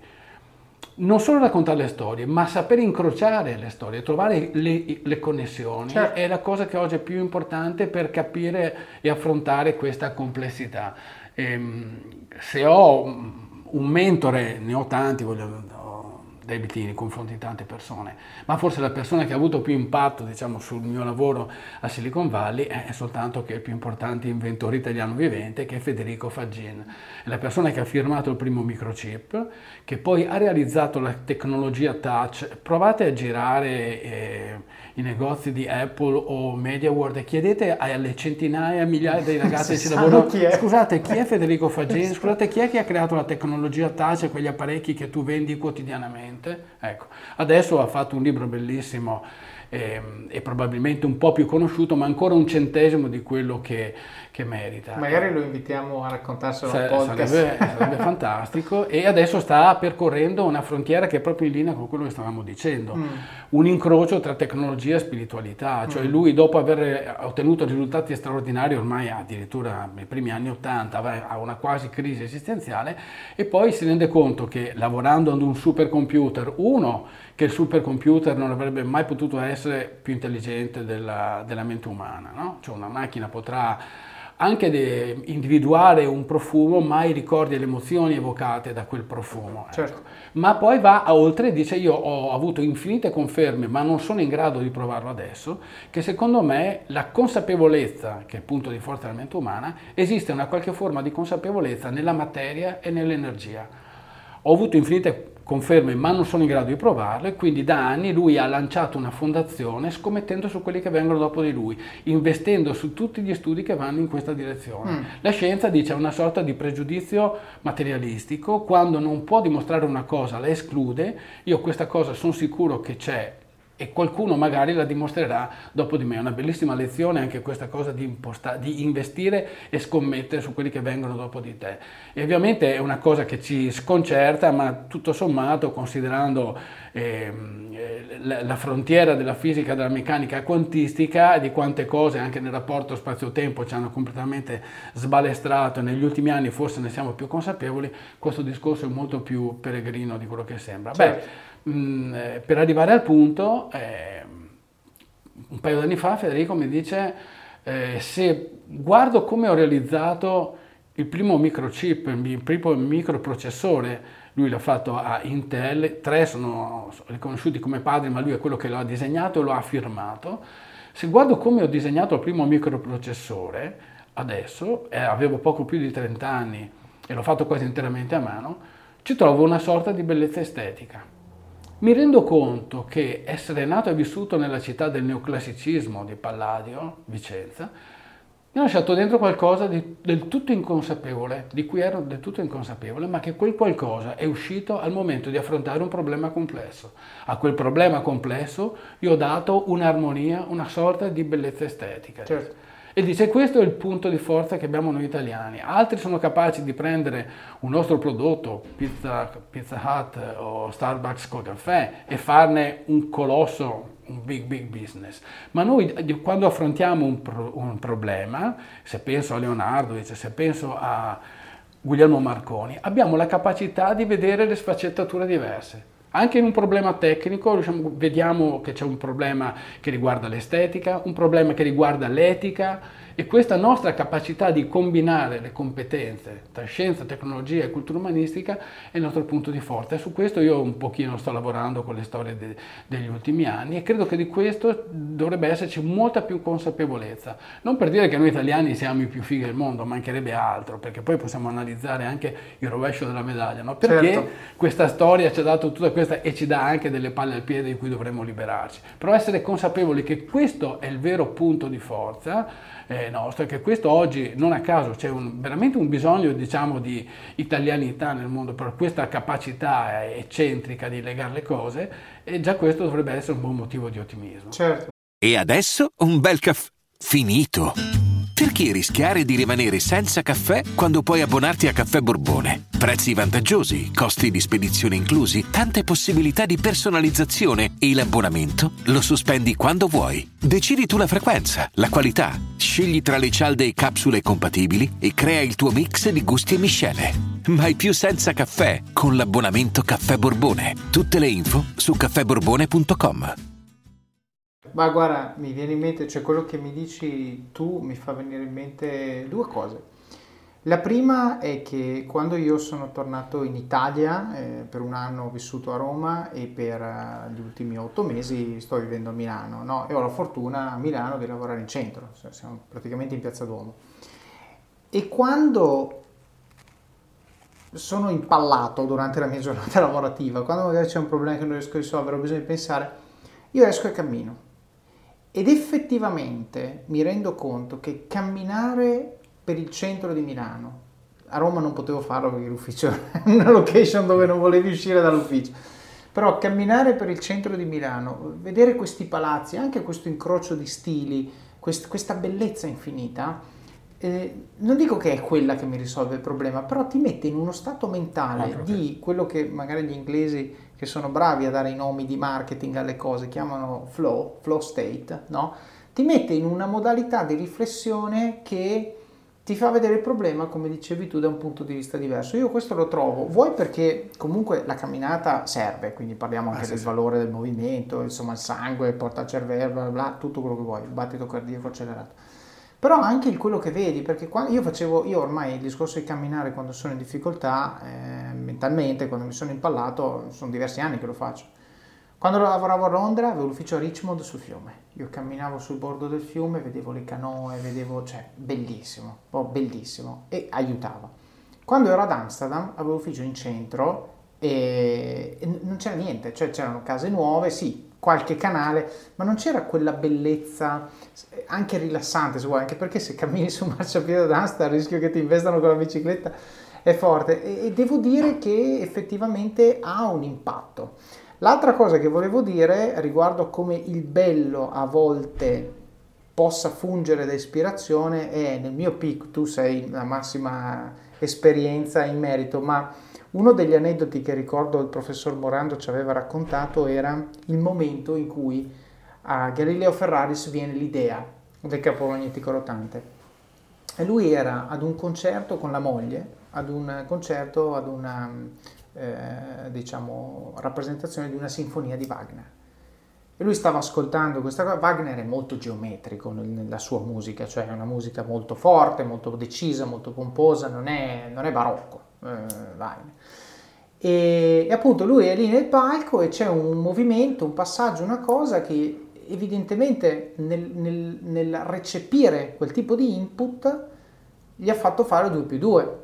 Non solo raccontare le storie, ma saper incrociare le storie, trovare le, le connessioni, certo. è la cosa che oggi è più importante per capire e affrontare questa complessità. E, se ho un mentore, ne ho tanti, voglio, ho debiti nei confronti di tante persone, ma forse la persona che ha avuto più impatto, diciamo, sul mio lavoro a Silicon Valley è soltanto che il più importante inventore italiano vivente, che è Federico Faggin. È la persona che ha firmato il primo microchip, che poi ha realizzato la tecnologia touch. Provate a girare eh, i negozi di Apple o MediaWorld e chiedete alle centinaia, migliaia di ragazzi che ci lavorano, chi è? scusate, chi è Federico Faggin? Scusate, chi è che ha creato la tecnologia touch e quegli apparecchi che tu vendi quotidianamente? Ecco, adesso ha fatto un libro bellissimo e, e probabilmente un po' più conosciuto, ma ancora un centesimo di quello che, che merita. Magari lo invitiamo a raccontarselo al Sa- podcast. Sarebbe, sarebbe fantastico, e adesso sta percorrendo una frontiera che è proprio in linea con quello che stavamo dicendo, Mm. un incrocio tra tecnologia e spiritualità, cioè Mm. lui, dopo aver ottenuto risultati straordinari ormai addirittura nei primi anni ottanta, va- ha una quasi crisi esistenziale, e poi si rende conto che lavorando ad un supercomputer, uno, che il supercomputer non avrebbe mai potuto essere più intelligente della, della mente umana, no? Cioè una macchina potrà anche de- individuare un profumo, ma i ricordi e le emozioni evocate da quel profumo. Ecco. Certo. Ma poi va a oltre e dice: io ho avuto infinite conferme, ma non sono in grado di provarlo adesso, che secondo me la consapevolezza, che è il punto di forza della mente umana, esiste una qualche forma di consapevolezza nella materia e nell'energia. Ho avuto infinite conferme, ma non sono in grado di provarle, quindi da anni lui ha lanciato una fondazione scommettendo su quelli che vengono dopo di lui, investendo su tutti gli studi che vanno in questa direzione. Mm. La scienza dice una sorta di pregiudizio materialistico: quando non può dimostrare una cosa la esclude. Io questa cosa sono sicuro che c'è e qualcuno magari la dimostrerà dopo di me. È una bellissima lezione anche questa cosa di, imposta- di investire e scommettere su quelli che vengono dopo di te. E ovviamente è una cosa che ci sconcerta, ma tutto sommato, considerando ehm, eh, la, la frontiera della fisica, della meccanica quantistica, di quante cose anche nel rapporto spazio-tempo ci hanno completamente sbalestrato, e negli ultimi anni forse ne siamo più consapevoli, questo discorso è molto più peregrino di quello che sembra. Certo. Beh, mh, eh, per arrivare al punto, eh, un paio di anni fa Federico mi dice: eh, se guardo come ho realizzato il primo microchip, il primo microprocessore, lui l'ha fatto a Intel, tre sono riconosciuti come padri, ma lui è quello che lo ha disegnato e lo ha firmato. Se guardo come ho disegnato il primo microprocessore, adesso, eh, avevo poco più di trenta anni e l'ho fatto quasi interamente a mano, ci trovo una sorta di bellezza estetica. Mi rendo conto che essere nato e vissuto nella città del neoclassicismo di Palladio, Vicenza, mi ha lasciato dentro qualcosa di, del tutto inconsapevole, di cui ero del tutto inconsapevole, ma che quel qualcosa è uscito al momento di affrontare un problema complesso. A quel problema complesso io ho dato un'armonia, una sorta di bellezza estetica. Certo. E dice: questo è il punto di forza che abbiamo noi italiani. Altri sono capaci di prendere un nostro prodotto, Pizza, Pizza Hut o Starbucks col caffè, e farne un colosso, un big big business. Ma noi quando affrontiamo un, pro, un problema, se penso a Leonardo, se penso a Guglielmo Marconi, abbiamo la capacità di vedere le sfaccettature diverse. Anche in un problema tecnico diciamo, vediamo che c'è un problema che riguarda l'estetica, un problema che riguarda l'etica, e questa nostra capacità di combinare le competenze tra scienza, tecnologia e cultura umanistica è il nostro punto di forza. E su questo io un pochino sto lavorando con le storie de- degli ultimi anni, e credo che di questo dovrebbe esserci molta più consapevolezza. Non per dire che noi italiani siamo i più fighi del mondo, mancherebbe altro, perché poi possiamo analizzare anche il rovescio della medaglia, no? Perché Certo. questa storia ci ha dato tutta questa e ci dà anche delle palle al piede di cui dovremmo liberarci. Però essere consapevoli che questo è il vero punto di forza eh, nostro, e che questo oggi non a caso c'è un, veramente un bisogno, diciamo, di italianità nel mondo, per questa capacità eccentrica di legare le cose, e già questo dovrebbe essere un buon motivo di ottimismo. Certo. E adesso un bel caffè finito. Perché rischiare di rimanere senza caffè quando puoi abbonarti a Caffè Borbone? Prezzi vantaggiosi, costi di spedizione inclusi, tante possibilità di personalizzazione, e l'abbonamento lo sospendi quando vuoi. Decidi tu la frequenza, la qualità, scegli tra le cialde e capsule compatibili e crea il tuo mix di gusti e miscele. Mai più senza caffè con l'abbonamento Caffè Borbone. Tutte le info su caffè borbone punto com. Ma guarda, mi viene in mente, cioè quello che mi dici tu mi fa venire in mente due cose. La prima è che quando io sono tornato in Italia, eh, per un anno ho vissuto a Roma e per uh, gli ultimi otto mesi sto vivendo a Milano, no? E ho la fortuna a Milano di lavorare in centro, siamo praticamente in Piazza Duomo. E quando sono impallato durante la mia giornata lavorativa, quando magari c'è un problema che non riesco a risolvere, ho bisogno di pensare, io esco e cammino. Ed effettivamente mi rendo conto che camminare per il centro di Milano, a Roma non potevo farlo perché l'ufficio è una location dove non volevi uscire dall'ufficio, però camminare per il centro di Milano, vedere questi palazzi, anche questo incrocio di stili, quest- questa bellezza infinita, eh, non dico che è quella che mi risolve il problema, però ti mette in uno stato mentale Ah, di quello che magari gli inglesi, che sono bravi a dare i nomi di marketing alle cose, chiamano flow, flow state, no? Ti mette in una modalità di riflessione che ti fa vedere il problema, come dicevi tu, da un punto di vista diverso. Io questo lo trovo, vuoi perché comunque la camminata serve, quindi parliamo anche ah, del sì, valore del movimento, insomma il sangue, il portacervello, bla bla, tutto quello che vuoi, il battito cardiaco accelerato. Però anche il quello che vedi, perché quando io facevo, io ormai il discorso di camminare quando sono in difficoltà, eh, mentalmente, quando mi sono impallato, sono diversi anni che lo faccio. Quando lavoravo a Londra avevo l'ufficio a Richmond sul fiume, io camminavo sul bordo del fiume, vedevo le canoe, vedevo, cioè, bellissimo, oh, bellissimo, e aiutava. Quando ero ad Amsterdam avevo l'ufficio in centro e, e non c'era niente, cioè c'erano case nuove, sì, qualche canale, ma non c'era quella bellezza, anche rilassante se vuoi, anche perché se cammini su un marciapiede ad Amsterdam il rischio che ti investano con la bicicletta è forte, e, e devo dire che effettivamente ha un impatto. L'altra cosa che volevo dire riguardo come il bello a volte possa fungere da ispirazione è, nel mio pic, tu sei la massima esperienza in merito, ma uno degli aneddoti che ricordo il professor Morando ci aveva raccontato era il momento in cui a Galileo Ferraris viene l'idea del campo magnetico rotante. E lui era ad un concerto con la moglie, ad un concerto, ad una... Eh, diciamo rappresentazione di una sinfonia di Wagner, e lui stava ascoltando questa cosa. Wagner è molto geometrico nella sua musica, cioè è una musica molto forte, molto decisa, molto pomposa, non è, non è barocco, eh, Wagner. E, e appunto lui è lì nel palco e c'è un movimento, un passaggio, una cosa che evidentemente nel, nel, nel recepire quel tipo di input gli ha fatto fare due più due.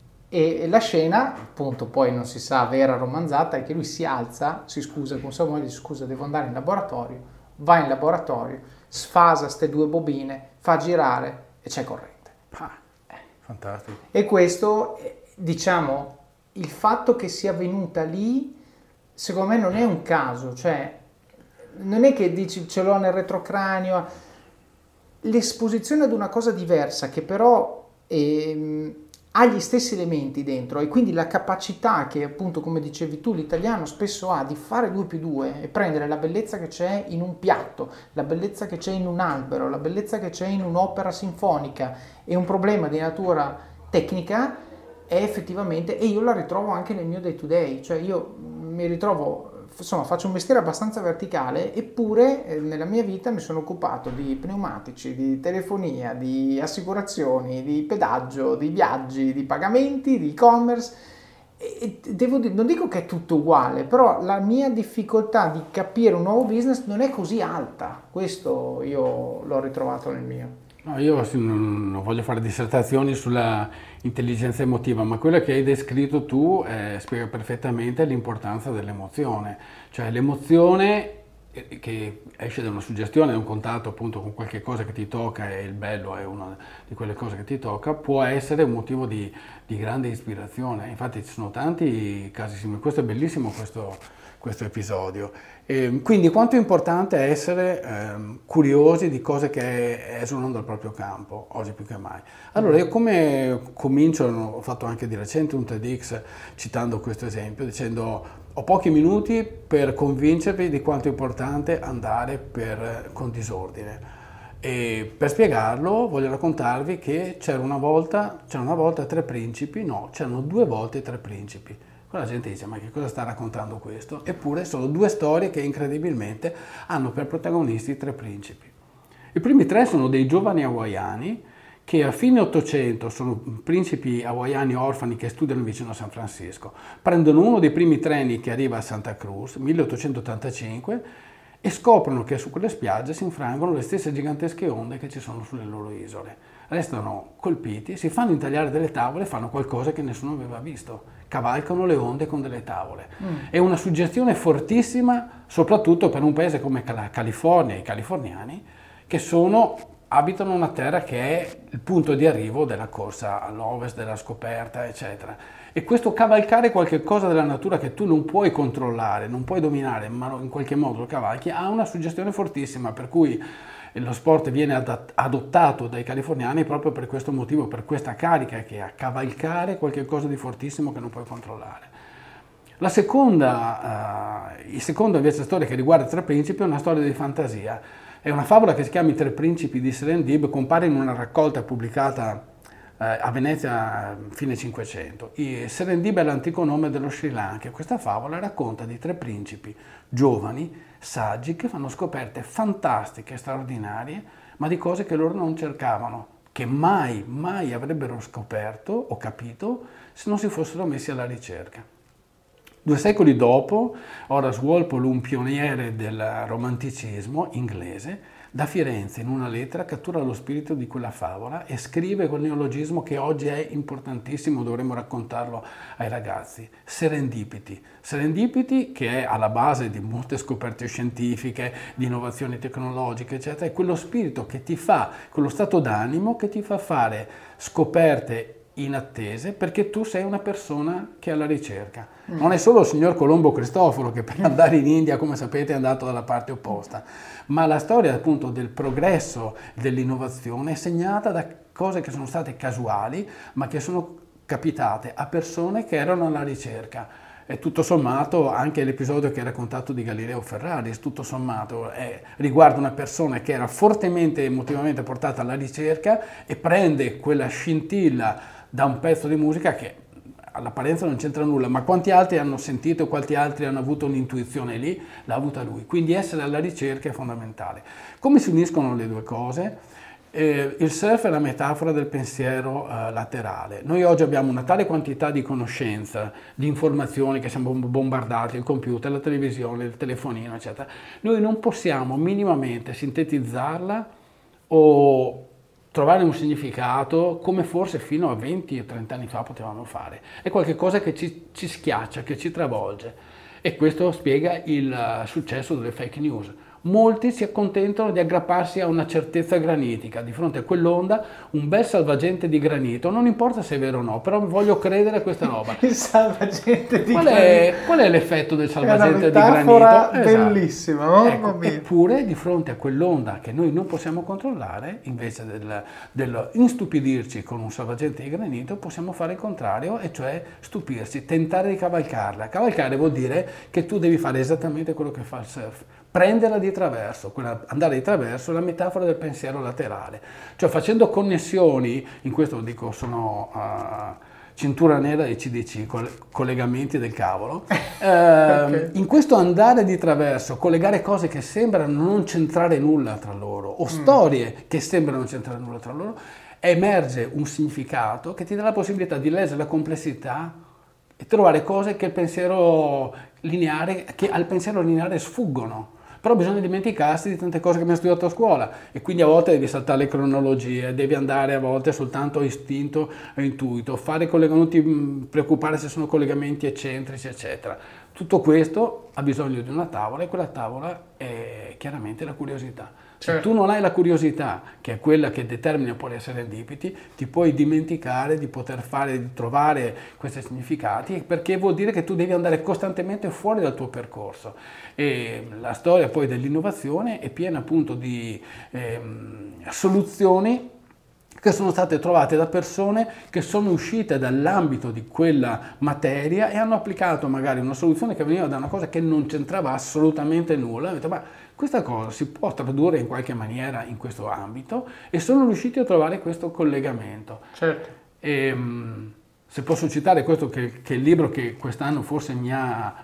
E la scena, appunto, poi non si sa vera romanzata, è che lui si alza, si scusa con sua moglie, dice scusa devo andare in laboratorio, va in laboratorio, sfasa ste due bobine, fa girare e c'è corrente. Ah, fantastico. E questo, diciamo, il fatto che sia venuta lì, secondo me non è un caso, cioè non è che dici ce l'ho nel retrocranio, l'esposizione ad una cosa diversa che però... È, ha gli stessi elementi dentro, e quindi la capacità che appunto, come dicevi tu, l'italiano spesso ha di fare due più due e prendere la bellezza che c'è in un piatto, la bellezza che c'è in un albero, la bellezza che c'è in un'opera sinfonica e un problema di natura tecnica, è effettivamente, e io la ritrovo anche nel mio day to day, cioè io mi ritrovo, insomma faccio un mestiere abbastanza verticale, eppure eh, nella mia vita mi sono occupato di pneumatici, di telefonia, di assicurazioni, di pedaggio, di viaggi, di pagamenti, di e-commerce, e, e devo dire, non dico che è tutto uguale, però la mia difficoltà di capire un nuovo business non è così alta, questo io l'ho ritrovato nel mio. No, io non, non voglio fare dissertazioni sulla intelligenza emotiva, ma quello che hai descritto tu eh, spiega perfettamente l'importanza dell'emozione. Cioè l'emozione eh, che esce da una suggestione, da un contatto appunto con qualche cosa che ti tocca, e il bello è una di quelle cose che ti tocca, può essere un motivo di, di grande ispirazione. Infatti ci sono tanti casi simili, questo è bellissimo questo, questo episodio. E quindi quanto è importante essere ehm, curiosi di cose che esulano dal proprio campo, oggi più che mai. Allora io come comincio, ho fatto anche di recente un TEDx citando questo esempio, dicendo ho pochi minuti per convincervi di quanto è importante andare per, con disordine. E per spiegarlo voglio raccontarvi che c'era una volta, c'era una volta tre principi, no, c'erano due volte tre principi. La gente dice ma che cosa sta raccontando questo? Eppure sono due storie che incredibilmente hanno per protagonisti tre principi. I primi tre sono dei giovani hawaiani che a fine Ottocento sono principi hawaiani orfani che studiano vicino a San Francisco, prendono uno dei primi treni che arriva a Santa Cruz, milleottocentottantacinque, e scoprono che su quelle spiagge si infrangono le stesse gigantesche onde che ci sono sulle loro isole. Restano colpiti, si fanno intagliare delle tavole e fanno qualcosa che nessuno aveva visto. Cavalcano le onde con delle tavole. Mm. È una suggestione fortissima, soprattutto per un paese come la California e i californiani, che sono, abitano una terra che è il punto di arrivo della corsa all'ovest, della scoperta, eccetera. E questo cavalcare qualche cosa della natura che tu non puoi controllare, non puoi dominare, ma in qualche modo lo cavalchi, ha una suggestione fortissima, per cui lo sport viene adottato dai californiani proprio per questo motivo, per questa carica che ha, cavalcare qualche cosa di fortissimo che non puoi controllare. La seconda, uh, il secondo invece storia che riguarda i tre principi è una storia di fantasia. È una favola che si chiama I tre principi di Serendib, compare in una raccolta pubblicata uh, a Venezia fine Cinquecento. I Serendib è l'antico nome dello Sri Lanka. Questa favola racconta di tre principi giovani, saggi, che fanno scoperte fantastiche, straordinarie, ma di cose che loro non cercavano, che mai, mai avrebbero scoperto o capito se non si fossero messi alla ricerca. Due secoli dopo, Horace Walpole, un pioniere del romanticismo inglese, da Firenze in una lettera cattura lo spirito di quella favola e scrive quel neologismo che oggi è importantissimo, dovremmo raccontarlo ai ragazzi: serendipity. Serendipity, che è alla base di molte scoperte scientifiche, di innovazioni tecnologiche, eccetera, è quello spirito che ti fa, quello stato d'animo che ti fa fare scoperte inattese, perché tu sei una persona che è alla ricerca. Mm. Non è solo il signor Colombo Cristoforo che per andare in India, come sapete, è andato dalla parte opposta, ma la storia appunto del progresso, dell'innovazione è segnata da cose che sono state casuali, ma che sono capitate a persone che erano alla ricerca. E tutto sommato anche l'episodio che hai raccontato di Galileo Ferraris, tutto sommato è, riguarda una persona che era fortemente emotivamente portata alla ricerca e prende quella scintilla da un pezzo di musica che all'apparenza non c'entra nulla, ma quanti altri hanno sentito, quanti altri hanno avuto un'intuizione lì, l'ha avuta lui. Quindi essere alla ricerca è fondamentale. Come si uniscono le due cose? Eh, il surf è la metafora del pensiero eh, laterale. Noi oggi abbiamo una tale quantità di conoscenza, di informazioni che siamo bombardati, il computer, la televisione, il telefonino, eccetera. Noi non possiamo minimamente sintetizzarla o trovare un significato come forse fino a venti o trenta anni fa potevamo fare. È qualcosa che ci, ci schiaccia, che ci travolge, e questo spiega il uh, successo delle fake news. Molti si accontentano di aggrapparsi a una certezza granitica. Di fronte a quell'onda, un bel salvagente di granito, non importa se è vero o no, però voglio credere a questa roba. Il salvagente di qual granito. È, qual è l'effetto del salvagente di granito? È una metafora bellissima, no? Ecco, eppure, di fronte a quell'onda che noi non possiamo controllare, invece del, del instupidirci con un salvagente di granito, possiamo fare il contrario, e cioè stupirci, tentare di cavalcarla. Cavalcare vuol dire che tu devi fare esattamente quello che fa il surf. Prenderla di traverso, quella, andare di traverso è la metafora del pensiero laterale, cioè facendo connessioni, in questo lo dico, sono uh, cintura nera e C D C, collegamenti del cavolo, uh, okay. In questo andare di traverso, collegare cose che sembrano non centrare nulla tra loro, o mm. storie che sembrano non centrare nulla tra loro, emerge un significato che ti dà la possibilità di leggere la complessità e trovare cose che, il pensiero lineare, che al pensiero lineare sfuggono. Però bisogna dimenticarsi di tante cose che abbiamo studiato a scuola, e quindi a volte devi saltare le cronologie, devi andare a volte soltanto a istinto e intuito, fare collegamenti, non ti preoccupare se sono collegamenti eccentrici, eccetera. Tutto questo ha bisogno di una tavola, e quella tavola è chiaramente la curiosità. Se tu non hai la curiosità, che è quella che determina poi le serendipity, ti puoi dimenticare di poter fare, di trovare questi significati, perché vuol dire che tu devi andare costantemente fuori dal tuo percorso. E la storia poi dell'innovazione è piena appunto di ehm, soluzioni che sono state trovate da persone che sono uscite dall'ambito di quella materia e hanno applicato magari una soluzione che veniva da una cosa che non c'entrava assolutamente nulla. Ho detto, ma questa cosa si può tradurre in qualche maniera in questo ambito, e sono riusciti a trovare questo collegamento. Certo. E, se posso citare questo, che, che è il libro che quest'anno forse mi ha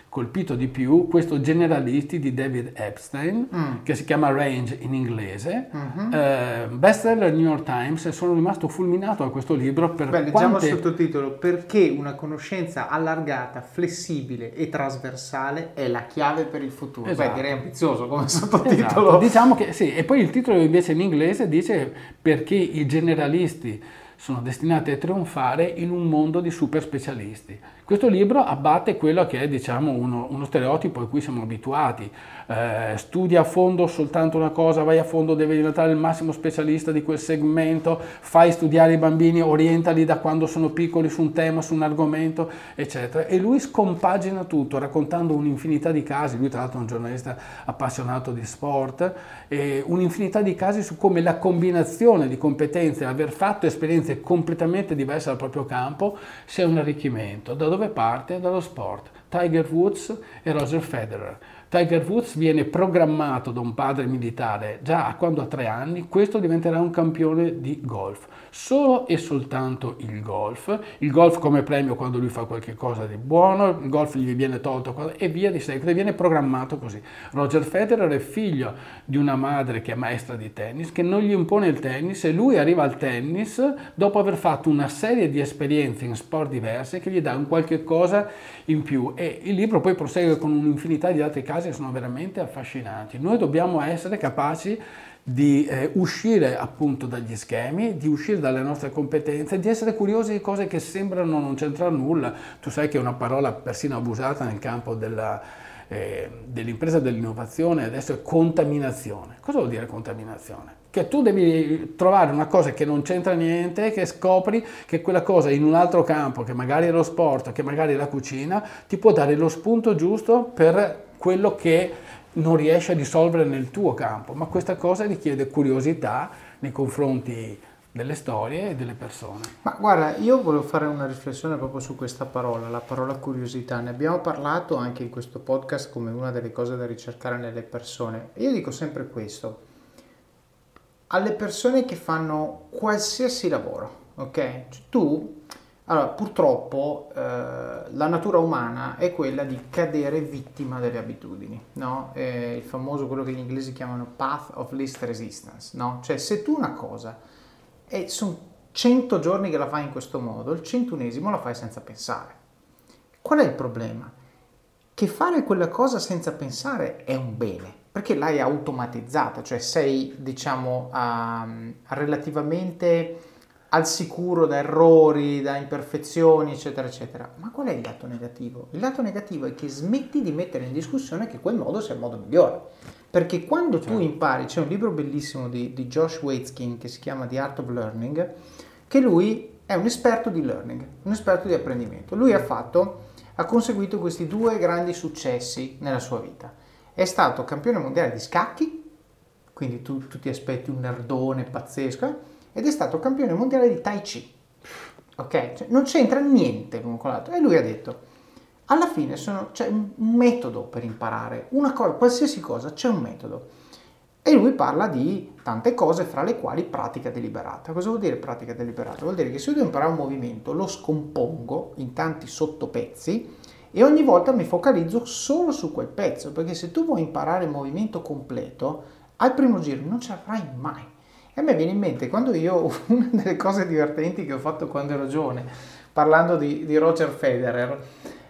colpito di più questo Generalisti di David Epstein, mm. che si chiama Range in inglese, mm-hmm. eh, bestseller New York Times, e sono rimasto fulminato da questo libro per Beh, leggiamo quante... il sottotitolo: perché una conoscenza allargata, flessibile e trasversale è la chiave per il futuro. Esatto. Beh, direi ambizioso come sottotitolo. Esatto. Diciamo che sì, e poi il titolo invece in inglese dice perché i generalisti sono destinati a trionfare in un mondo di super specialisti. Questo libro abbatte quello che è, diciamo, uno, uno stereotipo a cui siamo abituati. Eh, studia a fondo soltanto una cosa, vai a fondo, devi diventare il massimo specialista di quel segmento, fai studiare i bambini, orientali da quando sono piccoli su un tema, su un argomento, eccetera. E lui scompagina tutto, raccontando un'infinità di casi. Lui tra l'altro è un giornalista appassionato di sport, e un'infinità di casi su come la combinazione di competenze, aver fatto esperienze completamente diverse dal proprio campo, sia un arricchimento. Da dove parte? Dallo sport. Tiger Woods e Roger Federer. Tiger Woods viene programmato da un padre militare già a quando ha tre anni, questo diventerà un campione di golf. Solo e soltanto il golf. Il golf come premio quando lui fa qualche cosa di buono, il golf gli viene tolto e via di seguito, viene programmato così. Roger Federer è figlio di una madre che è maestra di tennis, che non gli impone il tennis, e lui arriva al tennis dopo aver fatto una serie di esperienze in sport diverse che gli dà un qualche cosa in più. E il libro poi prosegue con un'infinità di altri casi che sono veramente affascinanti. Noi dobbiamo essere capaci di eh, uscire appunto dagli schemi, di uscire dalle nostre competenze, di essere curiosi di cose che sembrano non c'entrare nulla. Tu sai che è una parola persino abusata nel campo della, eh, dell'impresa dell'innovazione adesso è contaminazione. Cosa vuol dire contaminazione? Che tu devi trovare una cosa che non c'entra niente, che scopri che quella cosa in un altro campo, che magari è lo sport, che magari è la cucina, ti può dare lo spunto giusto per quello che non riesci a risolvere nel tuo campo. Ma questa cosa richiede curiosità nei confronti delle storie e delle persone. Ma guarda, io volevo fare una riflessione proprio su questa parola, la parola curiosità. Ne abbiamo parlato anche in questo podcast come una delle cose da ricercare nelle persone. Io dico sempre questo: alle persone che fanno qualsiasi lavoro, ok? Cioè, tu, allora, purtroppo eh, la natura umana è quella di cadere vittima delle abitudini, no? È il famoso, quello che gli inglesi chiamano path of least resistance, no? Cioè, se tu una cosa, e sono cento giorni che la fai in questo modo, il centunesimo la fai senza pensare. Qual è il problema? Che fare quella cosa senza pensare è un bene, perché l'hai automatizzata, cioè sei, diciamo, a, a relativamente al sicuro da errori, da imperfezioni, eccetera, eccetera. Ma qual è il lato negativo? Il lato negativo è che smetti di mettere in discussione che quel modo sia il modo migliore. Perché quando certo. tu impari, c'è un libro bellissimo di, di Josh Waitzkin che si chiama The Art of Learning, che lui è un esperto di learning, un esperto di apprendimento. Lui ha fatto, ha conseguito questi due grandi successi nella sua vita. È stato campione mondiale di scacchi, quindi tu, tu ti aspetti un nerdone pazzesco, ed è stato campione mondiale di Tai Chi. Ok? Cioè, non c'entra niente l'uno con l'altro. E lui ha detto, alla fine sono, c'è un metodo per imparare, una cosa, qualsiasi cosa c'è un metodo. E lui parla di tante cose, fra le quali pratica deliberata. Cosa vuol dire pratica deliberata? Vuol dire che se io devo imparare un movimento, lo scompongo in tanti sottopezzi, e ogni volta mi focalizzo solo su quel pezzo, perché se tu vuoi imparare il movimento completo, al primo giro non ce la farai mai. E a me viene in mente, quando io, una delle cose divertenti che ho fatto quando ero giovane, parlando di, di Roger Federer,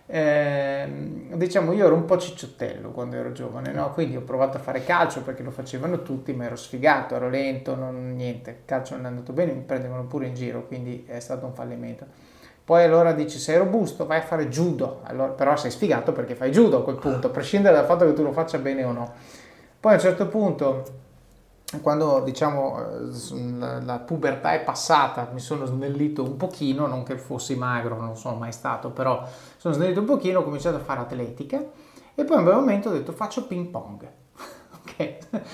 eh, diciamo io ero un po' cicciottello quando ero giovane, no? Quindi ho provato a fare calcio perché lo facevano tutti, ma ero sfigato, ero lento, non, niente, il calcio non è andato bene, mi prendevano pure in giro, quindi è stato un fallimento. Poi allora dici, sei robusto, vai a fare judo, allora, però sei sfigato perché fai judo a quel punto, a prescindere dal fatto che tu lo faccia bene o no. Poi a un certo punto, quando diciamo la, la pubertà è passata, mi sono snellito un pochino, non che fossi magro, non sono mai stato, però sono snellito un pochino, ho cominciato a fare atletica e poi in quel momento ho detto faccio ping pong. Ok?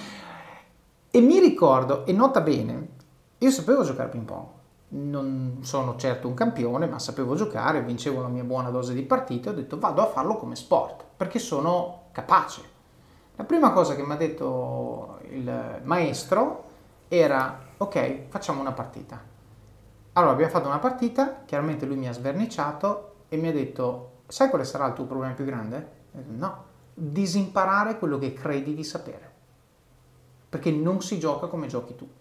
E mi ricordo, e nota bene, io sapevo giocare a ping pong. Non sono certo un campione, ma sapevo giocare, vincevo la mia buona dose di partite, ho detto vado a farlo come sport, perché sono capace. La prima cosa che mi ha detto il maestro era ok, facciamo una partita. Allora abbiamo fatto una partita, chiaramente lui mi ha sverniciato e mi ha detto sai quale sarà il tuo problema più grande? No, disimparare quello che credi di sapere, perché non si gioca come giochi tu.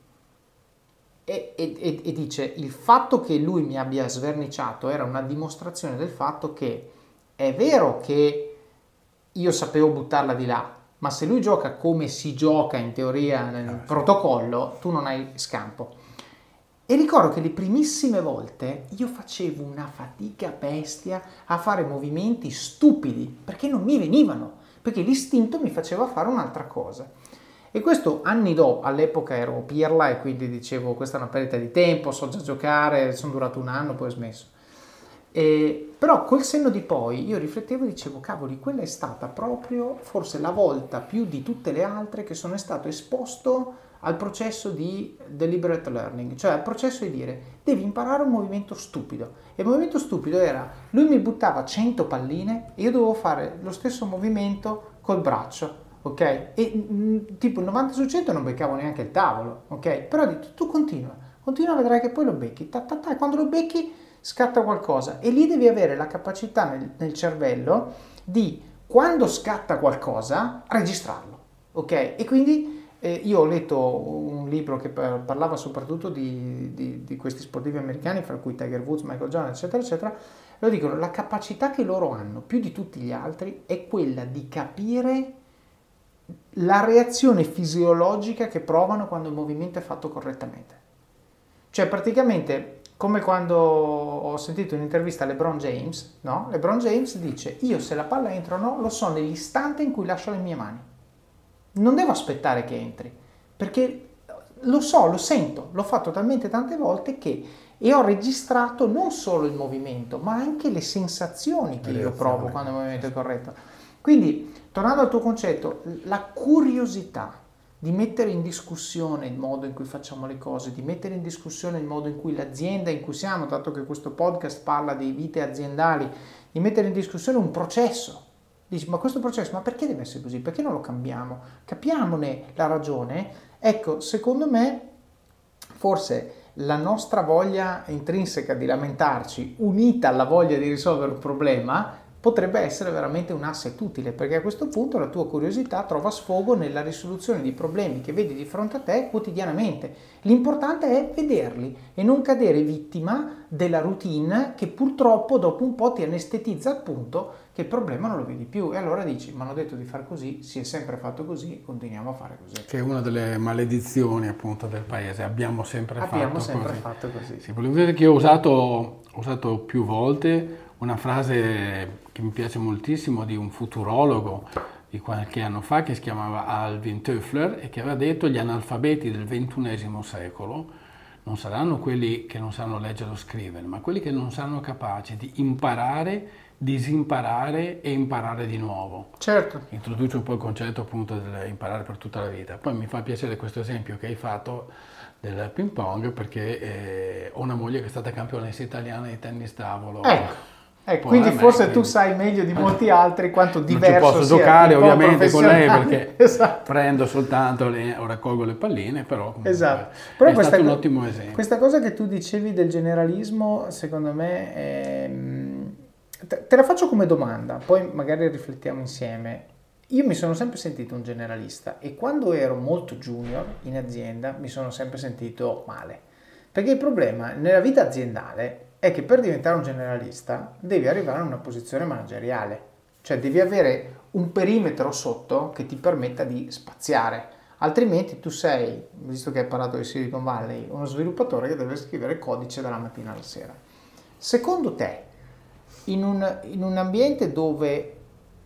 E, e, e dice, il fatto che lui mi abbia sverniciato era una dimostrazione del fatto che è vero che io sapevo buttarla di là, ma se lui gioca come si gioca in teoria nel ah, protocollo, tu non hai scampo. E ricordo che le primissime volte io facevo una fatica bestia a fare movimenti stupidi, perché non mi venivano, perché l'istinto mi faceva fare un'altra cosa. E questo anni dopo, all'epoca ero pirla e quindi dicevo questa è una perdita di tempo, so già giocare, sono durato un anno, poi ho smesso. E, però col senno di poi io riflettevo e dicevo cavoli, quella è stata proprio forse la volta più di tutte le altre che sono stato esposto al processo di deliberate learning, cioè al processo di dire devi imparare un movimento stupido. E il movimento stupido era, lui mi buttava cento palline e io dovevo fare lo stesso movimento col braccio. Ok? E mh, tipo il novanta su cento non beccavo neanche il tavolo, ok? Però ho detto, tu continua, continua, vedrai che poi lo becchi, ta, ta, ta, e quando lo becchi scatta qualcosa e lì devi avere la capacità nel, nel cervello di, quando scatta qualcosa, registrarlo, ok? E quindi eh, io ho letto un libro che parlava soprattutto di, di, di questi sportivi americani, fra cui Tiger Woods, Michael Jordan, eccetera, eccetera. Lo dicono, la capacità che loro hanno, più di tutti gli altri, è quella di capire la reazione fisiologica che provano quando il movimento è fatto correttamente. Cioè praticamente come quando ho sentito un'intervista a LeBron James, no? LeBron James dice, io se la palla entra o no lo so nell'istante in cui lascio le mie mani, non devo aspettare che entri, perché lo so, lo sento, l'ho fatto talmente tante volte che e ho registrato non solo il movimento ma anche le sensazioni che io provo quando il movimento è corretto. Quindi, tornando al tuo concetto, la curiosità di mettere in discussione il modo in cui facciamo le cose, di mettere in discussione il modo in cui l'azienda in cui siamo, tanto che questo podcast parla di vite aziendali, di mettere in discussione un processo. Dici, ma questo processo, ma perché deve essere così? Perché non lo cambiamo? Capiamone la ragione. Ecco, secondo me, forse la nostra voglia intrinseca di lamentarci, unita alla voglia di risolvere un problema, potrebbe essere veramente un asset utile, perché a questo punto la tua curiosità trova sfogo nella risoluzione di problemi che vedi di fronte a te quotidianamente. L'importante è vederli e non cadere vittima della routine che purtroppo dopo un po' ti anestetizza al punto che il problema non lo vedi più e allora dici, mi hanno detto di fare così, si è sempre fatto così, continuiamo a fare così. Che è una delle maledizioni appunto del paese, abbiamo sempre abbiamo fatto sempre così. fatto così. Sì, volevo dire che ho usato, ho usato più volte una frase che mi piace moltissimo di un futurologo di qualche anno fa che si chiamava Alvin Toffler e che aveva detto gli analfabeti del ventunesimo secolo non saranno quelli che non sanno leggere o scrivere, ma quelli che non saranno capaci di imparare, disimparare e imparare di nuovo. Certo. Introduce un po' il concetto appunto di imparare per tutta la vita. Poi mi fa piacere questo esempio che hai fatto del ping pong perché eh, ho una moglie che è stata campionessa italiana di tennis tavolo. Ecco. Eh, quindi forse me, tu sai meglio di molti altri quanto diverso non ci posso sia giocare ovviamente con lei perché esatto. prendo soltanto le, o raccolgo le palline, però comunque esatto. Però è questa, stato un ottimo esempio. Questa cosa che tu dicevi del generalismo secondo me è, te, te la faccio come domanda, poi magari riflettiamo insieme. Io mi sono sempre sentito un generalista e quando ero molto junior in azienda mi sono sempre sentito male, perché il problema nella vita aziendale è che per diventare un generalista devi arrivare a una posizione manageriale, cioè devi avere un perimetro sotto che ti permetta di spaziare, altrimenti tu sei, visto che hai parlato di Silicon Valley, uno sviluppatore che deve scrivere codice dalla mattina alla sera. Secondo te, in un, in un ambiente dove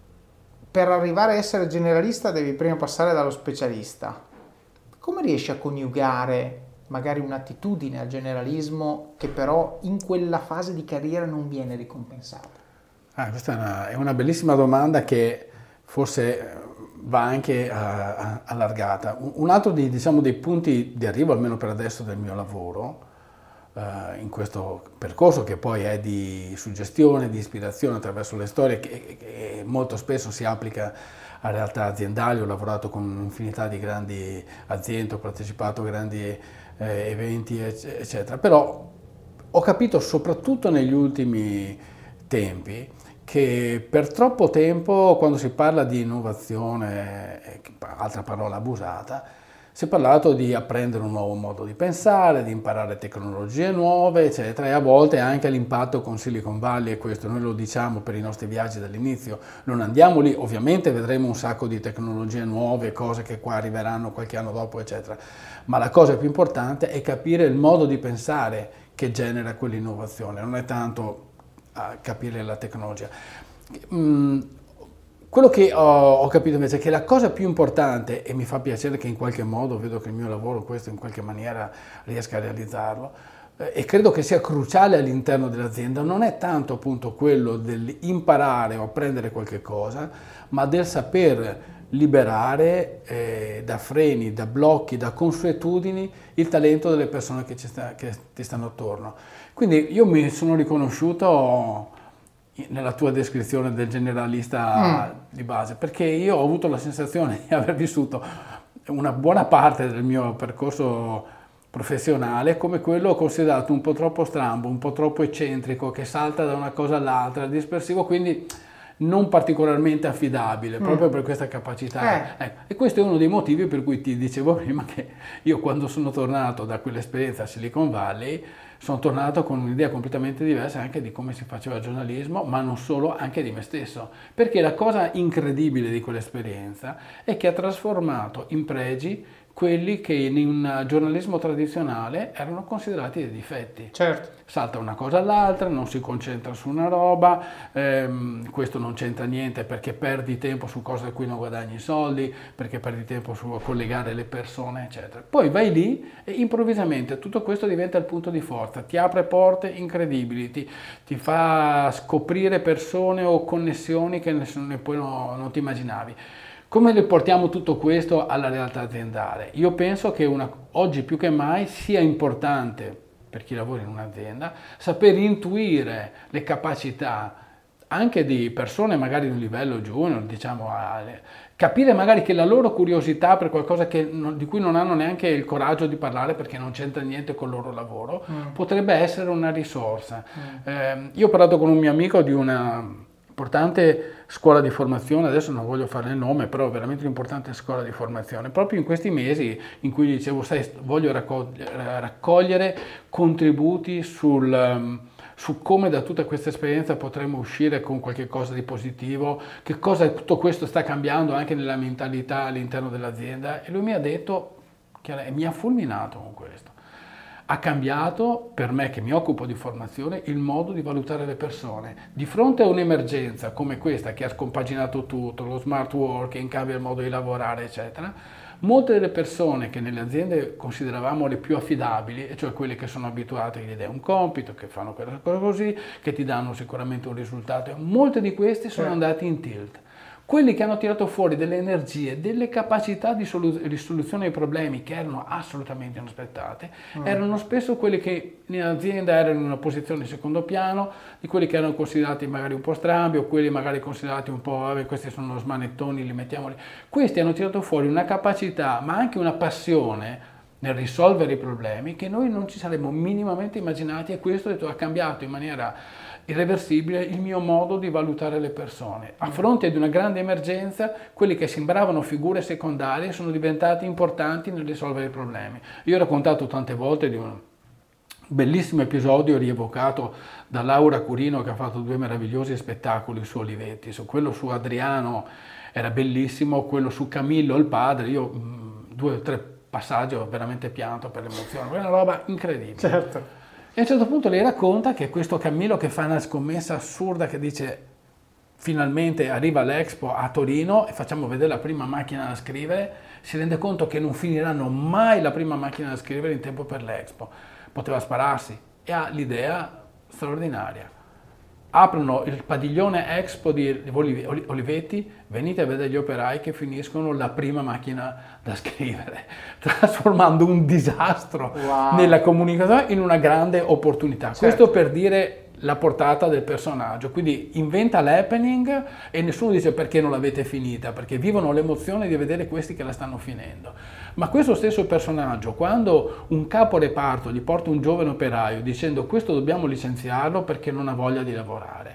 per arrivare a essere generalista devi prima passare dallo specialista, come riesci a coniugare magari un'attitudine al generalismo che però in quella fase di carriera non viene ricompensata? Ah, questa è una, è una bellissima domanda che forse va anche uh, allargata. Un altro di, diciamo, dei punti di arrivo, almeno per adesso, del mio lavoro, uh, in questo percorso che poi è di suggestione, di ispirazione attraverso le storie, che, che molto spesso si applica a realtà aziendali. Ho lavorato con un'infinità di grandi aziende, ho partecipato a grandi Eh, eventi eccetera, però ho capito soprattutto negli ultimi tempi che per troppo tempo, quando si parla di innovazione, altra parola abusata, si è parlato di apprendere un nuovo modo di pensare, di imparare tecnologie nuove, eccetera, e a volte anche l'impatto con Silicon Valley, e questo noi lo diciamo per i nostri viaggi dall'inizio, non andiamo lì, ovviamente vedremo un sacco di tecnologie nuove, cose che qua arriveranno qualche anno dopo, eccetera, ma la cosa più importante è capire il modo di pensare che genera quell'innovazione, non è tanto a capire la tecnologia. Mm, quello che ho, ho capito invece è che la cosa più importante, e mi fa piacere che in qualche modo, vedo che il mio lavoro questo in qualche maniera riesca a realizzarlo, eh, e credo che sia cruciale all'interno dell'azienda, non è tanto appunto quello dell'imparare o apprendere qualche cosa, ma del saper liberare eh, da freni, da blocchi, da consuetudini il talento delle persone che, ci sta, che ti stanno attorno. Quindi io mi sono riconosciuto nella tua descrizione del generalista mm. di base, perché io ho avuto la sensazione di aver vissuto una buona parte del mio percorso professionale come quello considerato un po' troppo strambo, un po' troppo eccentrico, che salta da una cosa all'altra, dispersivo, quindi non particolarmente affidabile, mm. proprio per questa capacità. Eh. Ecco. E questo è uno dei motivi per cui ti dicevo prima che io, quando sono tornato da quell'esperienza a Silicon Valley, sono tornato con un'idea completamente diversa anche di come si faceva giornalismo, ma non solo, anche di me stesso. Perché la cosa incredibile di quell'esperienza è che ha trasformato in pregi quelli che in un giornalismo tradizionale erano considerati dei difetti. Certo. Salta una cosa all'altra, non si concentra su una roba, ehm, questo non c'entra niente perché perdi tempo su cose da cui non guadagni soldi, perché perdi tempo su collegare le persone, eccetera. Poi vai lì e improvvisamente tutto questo diventa il punto di forza, ti apre porte incredibili, ti, ti fa scoprire persone o connessioni che ne, poi no, non ti immaginavi. Come le portiamo tutto questo alla realtà aziendale? Io penso che una, oggi più che mai sia importante per chi lavora in un'azienda saper intuire le capacità anche di persone magari di un livello junior, diciamo, capire magari che la loro curiosità per qualcosa che non, di cui non hanno neanche il coraggio di parlare perché non c'entra niente col loro lavoro, mm. potrebbe essere una risorsa. Mm. Eh, io ho parlato con un mio amico di una importante scuola di formazione, adesso non voglio fare il nome, però veramente un'importante scuola di formazione, proprio in questi mesi in cui dicevo, sai, voglio raccogliere, raccogliere contributi sul, um, su come da tutta questa esperienza potremmo uscire con qualche cosa di positivo, che cosa tutto questo sta cambiando anche nella mentalità all'interno dell'azienda, e lui mi ha detto, e mi ha fulminato con questo. Ha cambiato, per me che mi occupo di formazione, il modo di valutare le persone. Di fronte a un'emergenza come questa che ha scompaginato tutto, lo smart working, cambia il modo di lavorare, eccetera, molte delle persone che nelle aziende consideravamo le più affidabili, cioè quelle che sono abituate, che gli dai un compito, che fanno quella cosa così, che ti danno sicuramente un risultato, molte di queste sono andate in tilt. Quelli che hanno tirato fuori delle energie, delle capacità di risoluzione ai problemi che erano assolutamente inaspettate, mm. erano spesso quelli che in azienda erano in una posizione di secondo piano, di quelli che erano considerati magari un po' strambi, o quelli magari considerati un po', vabbè, questi sono smanettoni, li mettiamoli. Questi hanno tirato fuori una capacità, ma anche una passione nel risolvere i problemi che noi non ci saremmo minimamente immaginati, e questo ha cambiato in maniera irreversibile il mio modo di valutare le persone. A fronte di una grande emergenza, quelli che sembravano figure secondarie sono diventati importanti nel risolvere i problemi. Io ho raccontato tante volte di un bellissimo episodio rievocato da Laura Curino, che ha fatto due meravigliosi spettacoli su Olivetti. Su quello su Adriano era bellissimo, quello su Camillo il padre, io due o tre passaggi ho veramente pianto per l'emozione, è una roba incredibile. Certo. E a un certo punto lei racconta che questo Camillo, che fa una scommessa assurda, che dice finalmente arriva all'Expo a Torino e facciamo vedere la prima macchina da scrivere, si rende conto che non finiranno mai la prima macchina da scrivere in tempo per l'Expo. Poteva spararsi, e ha l'idea straordinaria. Aprono il padiglione Expo di Olivetti, venite a vedere gli operai che finiscono la prima macchina da scrivere, trasformando un disastro wow. nella comunicazione in una grande opportunità. Certo. Questo per dire la portata del personaggio, quindi inventa l'happening e nessuno dice perché non l'avete finita, perché vivono l'emozione di vedere questi che la stanno finendo. Ma questo stesso personaggio, quando un capo reparto gli porta un giovane operaio dicendo questo dobbiamo licenziarlo perché non ha voglia di lavorare,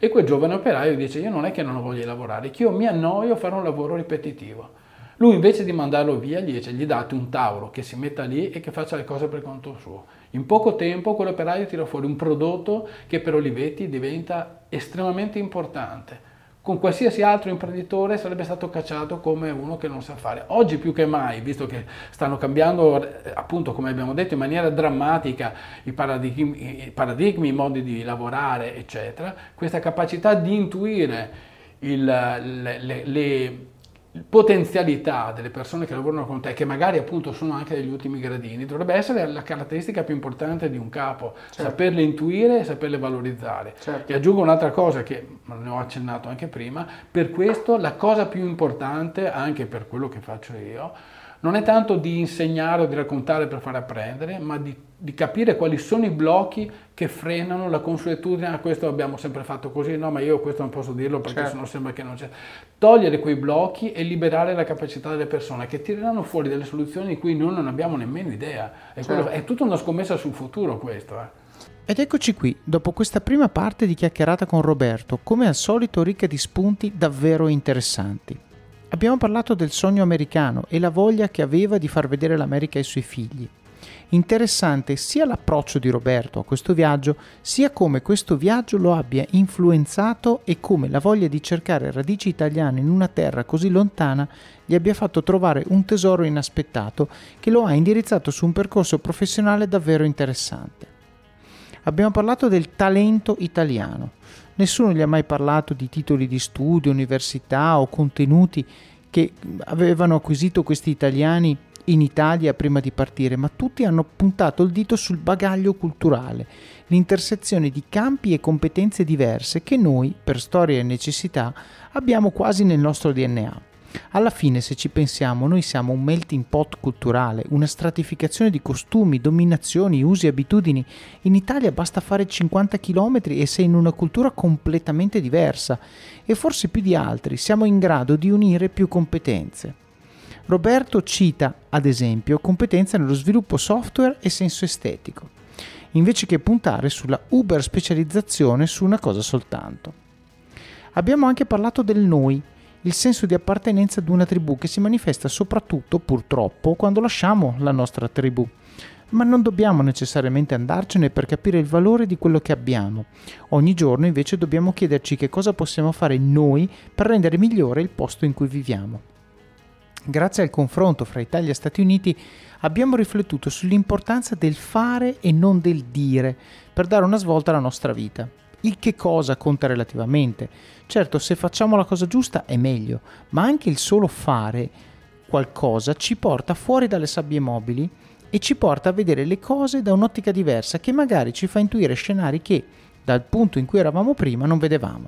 E quel giovane operaio dice: io non è che non ho voglia di lavorare, che io mi annoio a fare un lavoro ripetitivo. Lui invece di mandarlo via gli dice: gli date un tavolo che si metta lì e che faccia le cose per conto suo. In poco tempo quell'operaio tira fuori un prodotto che per Olivetti diventa estremamente importante. Con qualsiasi altro imprenditore sarebbe stato cacciato come uno che non sa fare. Oggi più che mai, visto che stanno cambiando, appunto come abbiamo detto, in maniera drammatica i paradigmi, i, paradigmi, i modi di lavorare, eccetera, questa capacità di intuire il, le, le, le potenzialità delle persone che lavorano con te, che magari appunto sono anche degli ultimi gradini, dovrebbe essere la caratteristica più importante di un capo, certo. Saperle intuire e saperle valorizzare. Certo. E aggiungo un'altra cosa che ne ho accennato anche prima: per questo la cosa più importante, anche per quello che faccio io, non è tanto di insegnare o di raccontare per fare apprendere, ma di, di capire quali sono i blocchi che frenano la consuetudine. Ah, questo abbiamo sempre fatto così, no, ma io questo non posso dirlo perché certo. sennò sembra che non c'è. Togliere quei blocchi e liberare la capacità delle persone, che tireranno fuori delle soluzioni di cui noi non abbiamo nemmeno idea. È, certo. quello, è tutta una scommessa sul futuro questo. Eh. Ed eccoci qui, dopo questa prima parte di chiacchierata con Roberto, come al solito ricca di spunti davvero interessanti. Abbiamo parlato del sogno americano e la voglia che aveva di far vedere l'America ai suoi figli. Interessante sia l'approccio di Roberto a questo viaggio, sia come questo viaggio lo abbia influenzato e come la voglia di cercare radici italiane in una terra così lontana gli abbia fatto trovare un tesoro inaspettato che lo ha indirizzato su un percorso professionale davvero interessante. Abbiamo parlato del talento italiano. Nessuno gli ha mai parlato di titoli di studio, università o contenuti che avevano acquisito questi italiani in Italia prima di partire, ma tutti hanno puntato il dito sul bagaglio culturale, l'intersezione di campi e competenze diverse che noi, per storia e necessità, abbiamo quasi nel nostro D N A. Alla fine, se ci pensiamo, noi siamo un melting pot culturale, una stratificazione di costumi, dominazioni, usi e abitudini. In Italia basta fare cinquanta chilometri e sei in una cultura completamente diversa e forse più di altri siamo in grado di unire più competenze. Roberto cita, ad esempio, competenze nello sviluppo software e senso estetico, invece che puntare sulla uber specializzazione su una cosa soltanto. Abbiamo anche parlato del noi, il senso di appartenenza ad una tribù che si manifesta soprattutto, purtroppo, quando lasciamo la nostra tribù. Ma non dobbiamo necessariamente andarcene per capire il valore di quello che abbiamo. Ogni giorno invece dobbiamo chiederci che cosa possiamo fare noi per rendere migliore il posto in cui viviamo. Grazie al confronto fra Italia e Stati Uniti abbiamo riflettuto sull'importanza del fare e non del dire per dare una svolta alla nostra vita. Il che cosa conta relativamente. Certo, se facciamo la cosa giusta è meglio, ma anche il solo fare qualcosa ci porta fuori dalle sabbie mobili e ci porta a vedere le cose da un'ottica diversa che magari ci fa intuire scenari che, dal punto in cui eravamo prima, non vedevamo.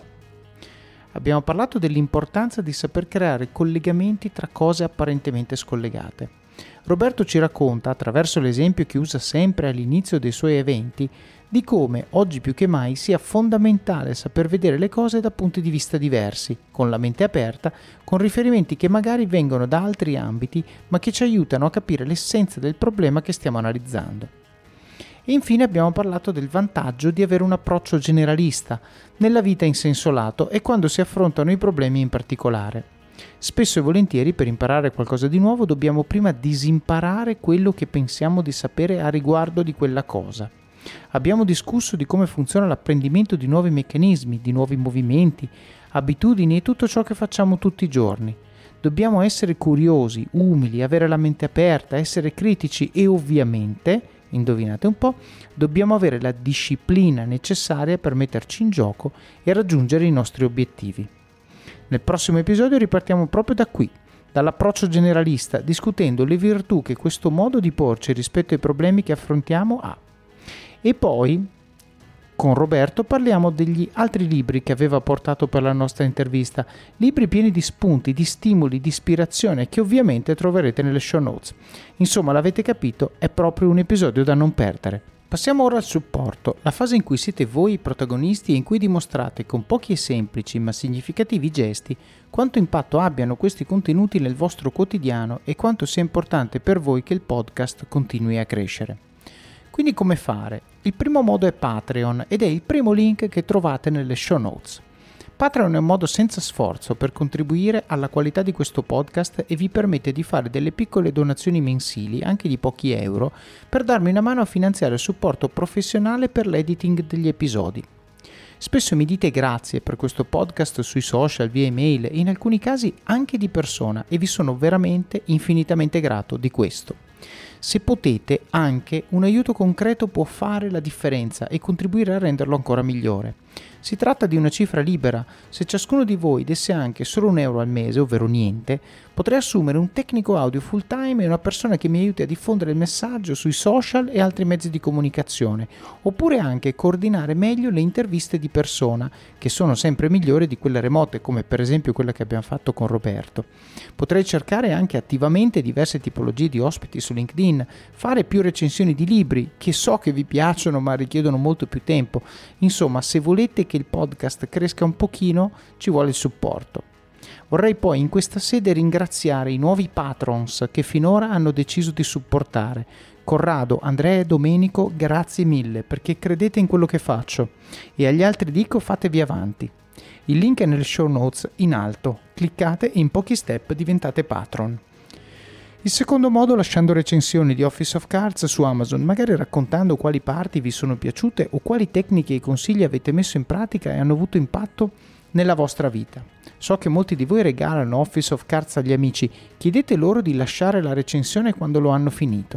Abbiamo parlato dell'importanza di saper creare collegamenti tra cose apparentemente scollegate. Roberto ci racconta, attraverso l'esempio che usa sempre all'inizio dei suoi eventi, di come oggi più che mai sia fondamentale saper vedere le cose da punti di vista diversi, con la mente aperta, con riferimenti che magari vengono da altri ambiti, ma che ci aiutano a capire l'essenza del problema che stiamo analizzando. E infine abbiamo parlato del vantaggio di avere un approccio generalista nella vita in senso lato e quando si affrontano i problemi in particolare. Spesso e volentieri per imparare qualcosa di nuovo dobbiamo prima disimparare quello che pensiamo di sapere a riguardo di quella cosa. Abbiamo discusso di come funziona l'apprendimento di nuovi meccanismi, di nuovi movimenti, abitudini e tutto ciò che facciamo tutti i giorni. Dobbiamo essere curiosi, umili, avere la mente aperta, essere critici e ovviamente, indovinate un po', dobbiamo avere la disciplina necessaria per metterci in gioco e raggiungere i nostri obiettivi. Nel prossimo episodio ripartiamo proprio da qui, dall'approccio generalista, discutendo le virtù che questo modo di porci rispetto ai problemi che affrontiamo ha. E poi, con Roberto, parliamo degli altri libri che aveva portato per la nostra intervista, libri pieni di spunti, di stimoli, di ispirazione che ovviamente troverete nelle show notes. Insomma, l'avete capito, è proprio un episodio da non perdere. Passiamo ora al supporto, la fase in cui siete voi i protagonisti e in cui dimostrate con pochi e semplici ma significativi gesti quanto impatto abbiano questi contenuti nel vostro quotidiano e quanto sia importante per voi che il podcast continui a crescere. Quindi come fare? Il primo modo è Patreon ed è il primo link che trovate nelle show notes. Patreon è un modo senza sforzo per contribuire alla qualità di questo podcast e vi permette di fare delle piccole donazioni mensili, anche di pochi euro, per darmi una mano a finanziare il supporto professionale per l'editing degli episodi. Spesso mi dite grazie per questo podcast sui social, via email e in alcuni casi anche di persona e vi sono veramente infinitamente grato di questo. Se potete, anche un aiuto concreto può fare la differenza e contribuire a renderlo ancora migliore. Si tratta di una cifra libera. Se ciascuno di voi desse anche solo un euro al mese, ovvero niente, potrei assumere un tecnico audio full time e una persona che mi aiuti a diffondere il messaggio sui social e altri mezzi di comunicazione, oppure anche coordinare meglio le interviste di persona, che sono sempre migliori di quelle remote, come per esempio quella che abbiamo fatto con Roberto. Potrei cercare anche attivamente diverse tipologie di ospiti su LinkedIn, fare più recensioni di libri, che so che vi piacciono ma richiedono molto più tempo. Insomma, se volete che il podcast cresca un pochino, ci vuole il supporto. Vorrei poi in questa sede ringraziare i nuovi patrons che finora hanno deciso di supportare. Corrado, Andrea e Domenico, grazie mille perché credete in quello che faccio. E agli altri dico fatevi avanti. Il link è nelle show notes in alto. Cliccate e in pochi step diventate patron. Il secondo modo lasciando recensioni di Office of Cards su Amazon, magari raccontando quali parti vi sono piaciute o quali tecniche e consigli avete messo in pratica e hanno avuto impatto nella vostra vita. So che molti di voi regalano Office of Cards agli amici, chiedete loro di lasciare la recensione quando lo hanno finito.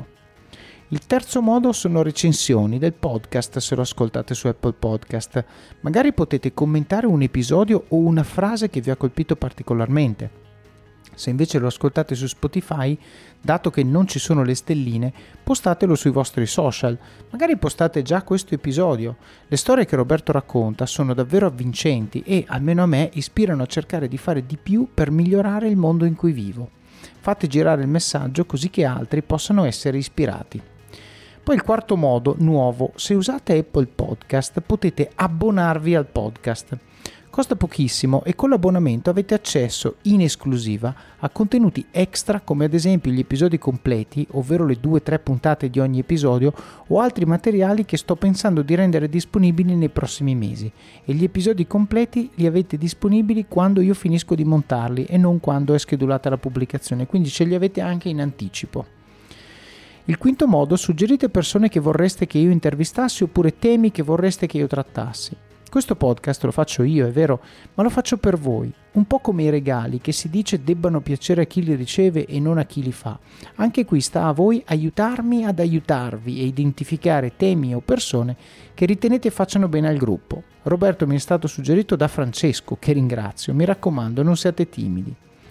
Il terzo modo sono recensioni del podcast se lo ascoltate su Apple Podcast. Magari potete commentare un episodio o una frase che vi ha colpito particolarmente. Se invece lo ascoltate su Spotify, dato che non ci sono le stelline, postatelo sui vostri social. Magari postate già questo episodio. Le storie che Roberto racconta sono davvero avvincenti e, almeno a me, ispirano a cercare di fare di più per migliorare il mondo in cui vivo. Fate girare il messaggio così che altri possano essere ispirati. Poi il quarto modo, nuovo, se usate Apple Podcast potete abbonarvi al podcast. Costa pochissimo e con l'abbonamento avete accesso in esclusiva a contenuti extra come ad esempio gli episodi completi, ovvero le due tre puntate di ogni episodio, o altri materiali che sto pensando di rendere disponibili nei prossimi mesi. E gli episodi completi li avete disponibili quando io finisco di montarli e non quando è schedulata la pubblicazione, quindi ce li avete anche in anticipo. Il quinto modo, suggerite persone che vorreste che io intervistassi oppure temi che vorreste che io trattassi. Questo podcast lo faccio io, è vero, ma lo faccio per voi, un po' come i regali che si dice debbano piacere a chi li riceve e non a chi li fa. Anche qui sta a voi aiutarmi ad aiutarvi e identificare temi o persone che ritenete facciano bene al gruppo. Roberto mi è stato suggerito da Francesco, che ringrazio, mi raccomando non siate timidi.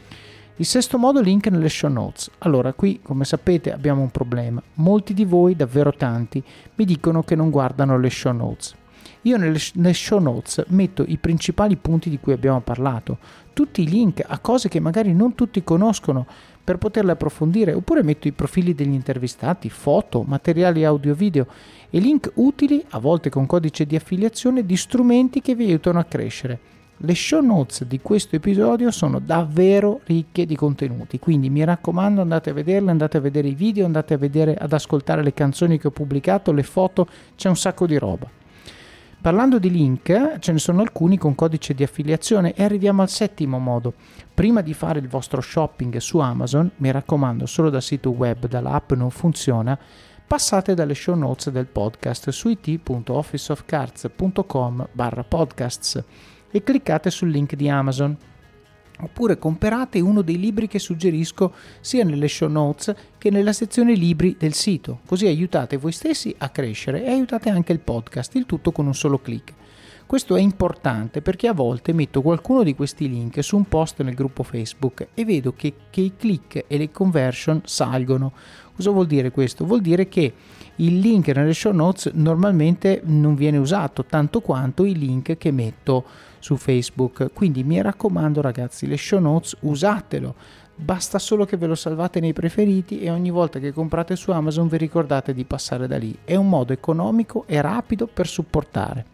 Il sesto modo, link nelle show notes. Allora, qui, come sapete, abbiamo un problema. Molti di voi, davvero tanti, mi dicono che non guardano le show notes. Io nelle, nelle show notes metto i principali punti di cui abbiamo parlato, tutti i link a cose che magari non tutti conoscono per poterle approfondire, oppure metto i profili degli intervistati, foto, materiali audio-video e link utili, a volte con codice di affiliazione, di strumenti che vi aiutano a crescere. Le show notes di questo episodio sono davvero ricche di contenuti, quindi mi raccomando andate a vederle, andate a vedere i video, andate a vedere, ad ascoltare le canzoni che ho pubblicato, le foto, c'è un sacco di roba. Parlando di link, ce ne sono alcuni con codice di affiliazione e arriviamo al settimo modo. Prima di fare il vostro shopping su Amazon, mi raccomando solo dal sito web, dall'app non funziona, passate dalle show notes del podcast su it punto officeofcards punto com barra podcasts e cliccate sul link di Amazon. Oppure comprate uno dei libri che suggerisco sia nelle show notes che nella sezione libri del sito, così aiutate voi stessi a crescere e aiutate anche il podcast, il tutto con un solo click. Questo è importante perché a volte metto qualcuno di questi link su un post nel gruppo Facebook e vedo che, che i click e le conversion salgono. Cosa vuol dire questo? Vuol dire che il link nelle show notes normalmente non viene usato tanto quanto i link che metto su Facebook, quindi mi raccomando ragazzi, le show notes usatelo, basta solo che ve lo salvate nei preferiti e ogni volta che comprate su Amazon vi ricordate di passare da lì, è un modo economico e rapido per supportare.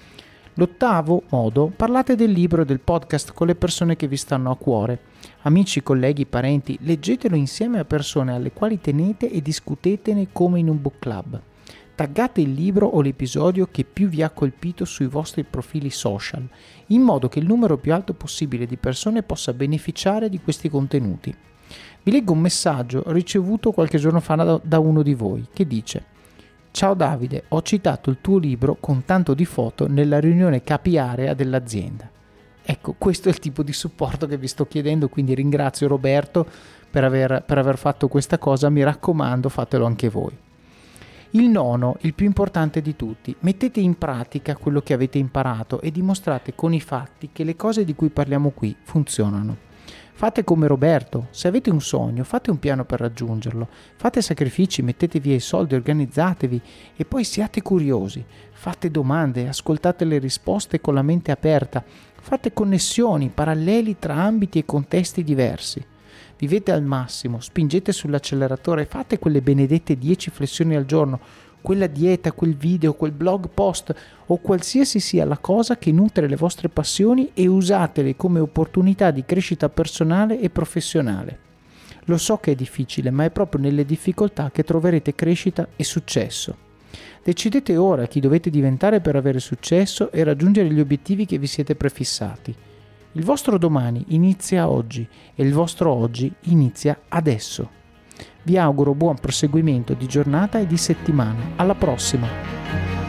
L'ottavo modo, parlate del libro e del podcast con le persone che vi stanno a cuore, amici, colleghi, parenti, leggetelo insieme a persone alle quali tenete e discutetene come in un book club. taggate il libro o l'episodio che più vi ha colpito sui vostri profili social, in modo che il numero più alto possibile di persone possa beneficiare di questi contenuti. Vi leggo un messaggio ricevuto qualche giorno fa da, da uno di voi che dice: ciao Davide, ho citato il tuo libro con tanto di foto nella riunione capi area dell'azienda. Ecco, questo è il tipo di supporto che vi sto chiedendo, quindi ringrazio Roberto per aver, per aver fatto questa cosa, mi raccomando fatelo anche voi. Il nono, il più importante di tutti, mettete in pratica quello che avete imparato e dimostrate con i fatti che le cose di cui parliamo qui funzionano. Fate come Roberto, se avete un sogno fate un piano per raggiungerlo, fate sacrifici, mettete via i soldi, organizzatevi e poi siate curiosi, fate domande, ascoltate le risposte con la mente aperta, fate connessioni, paralleli tra ambiti e contesti diversi. Vivete al massimo, spingete sull'acceleratore, fate quelle benedette dieci flessioni al giorno, quella dieta, quel video, quel blog post o qualsiasi sia la cosa che nutre le vostre passioni e usatele come opportunità di crescita personale e professionale. Lo so che è difficile, ma è proprio nelle difficoltà che troverete crescita e successo. Decidete ora chi dovete diventare per avere successo e raggiungere gli obiettivi che vi siete prefissati. Il vostro domani inizia oggi e il vostro oggi inizia adesso. Vi auguro buon proseguimento di giornata e di settimana. Alla prossima!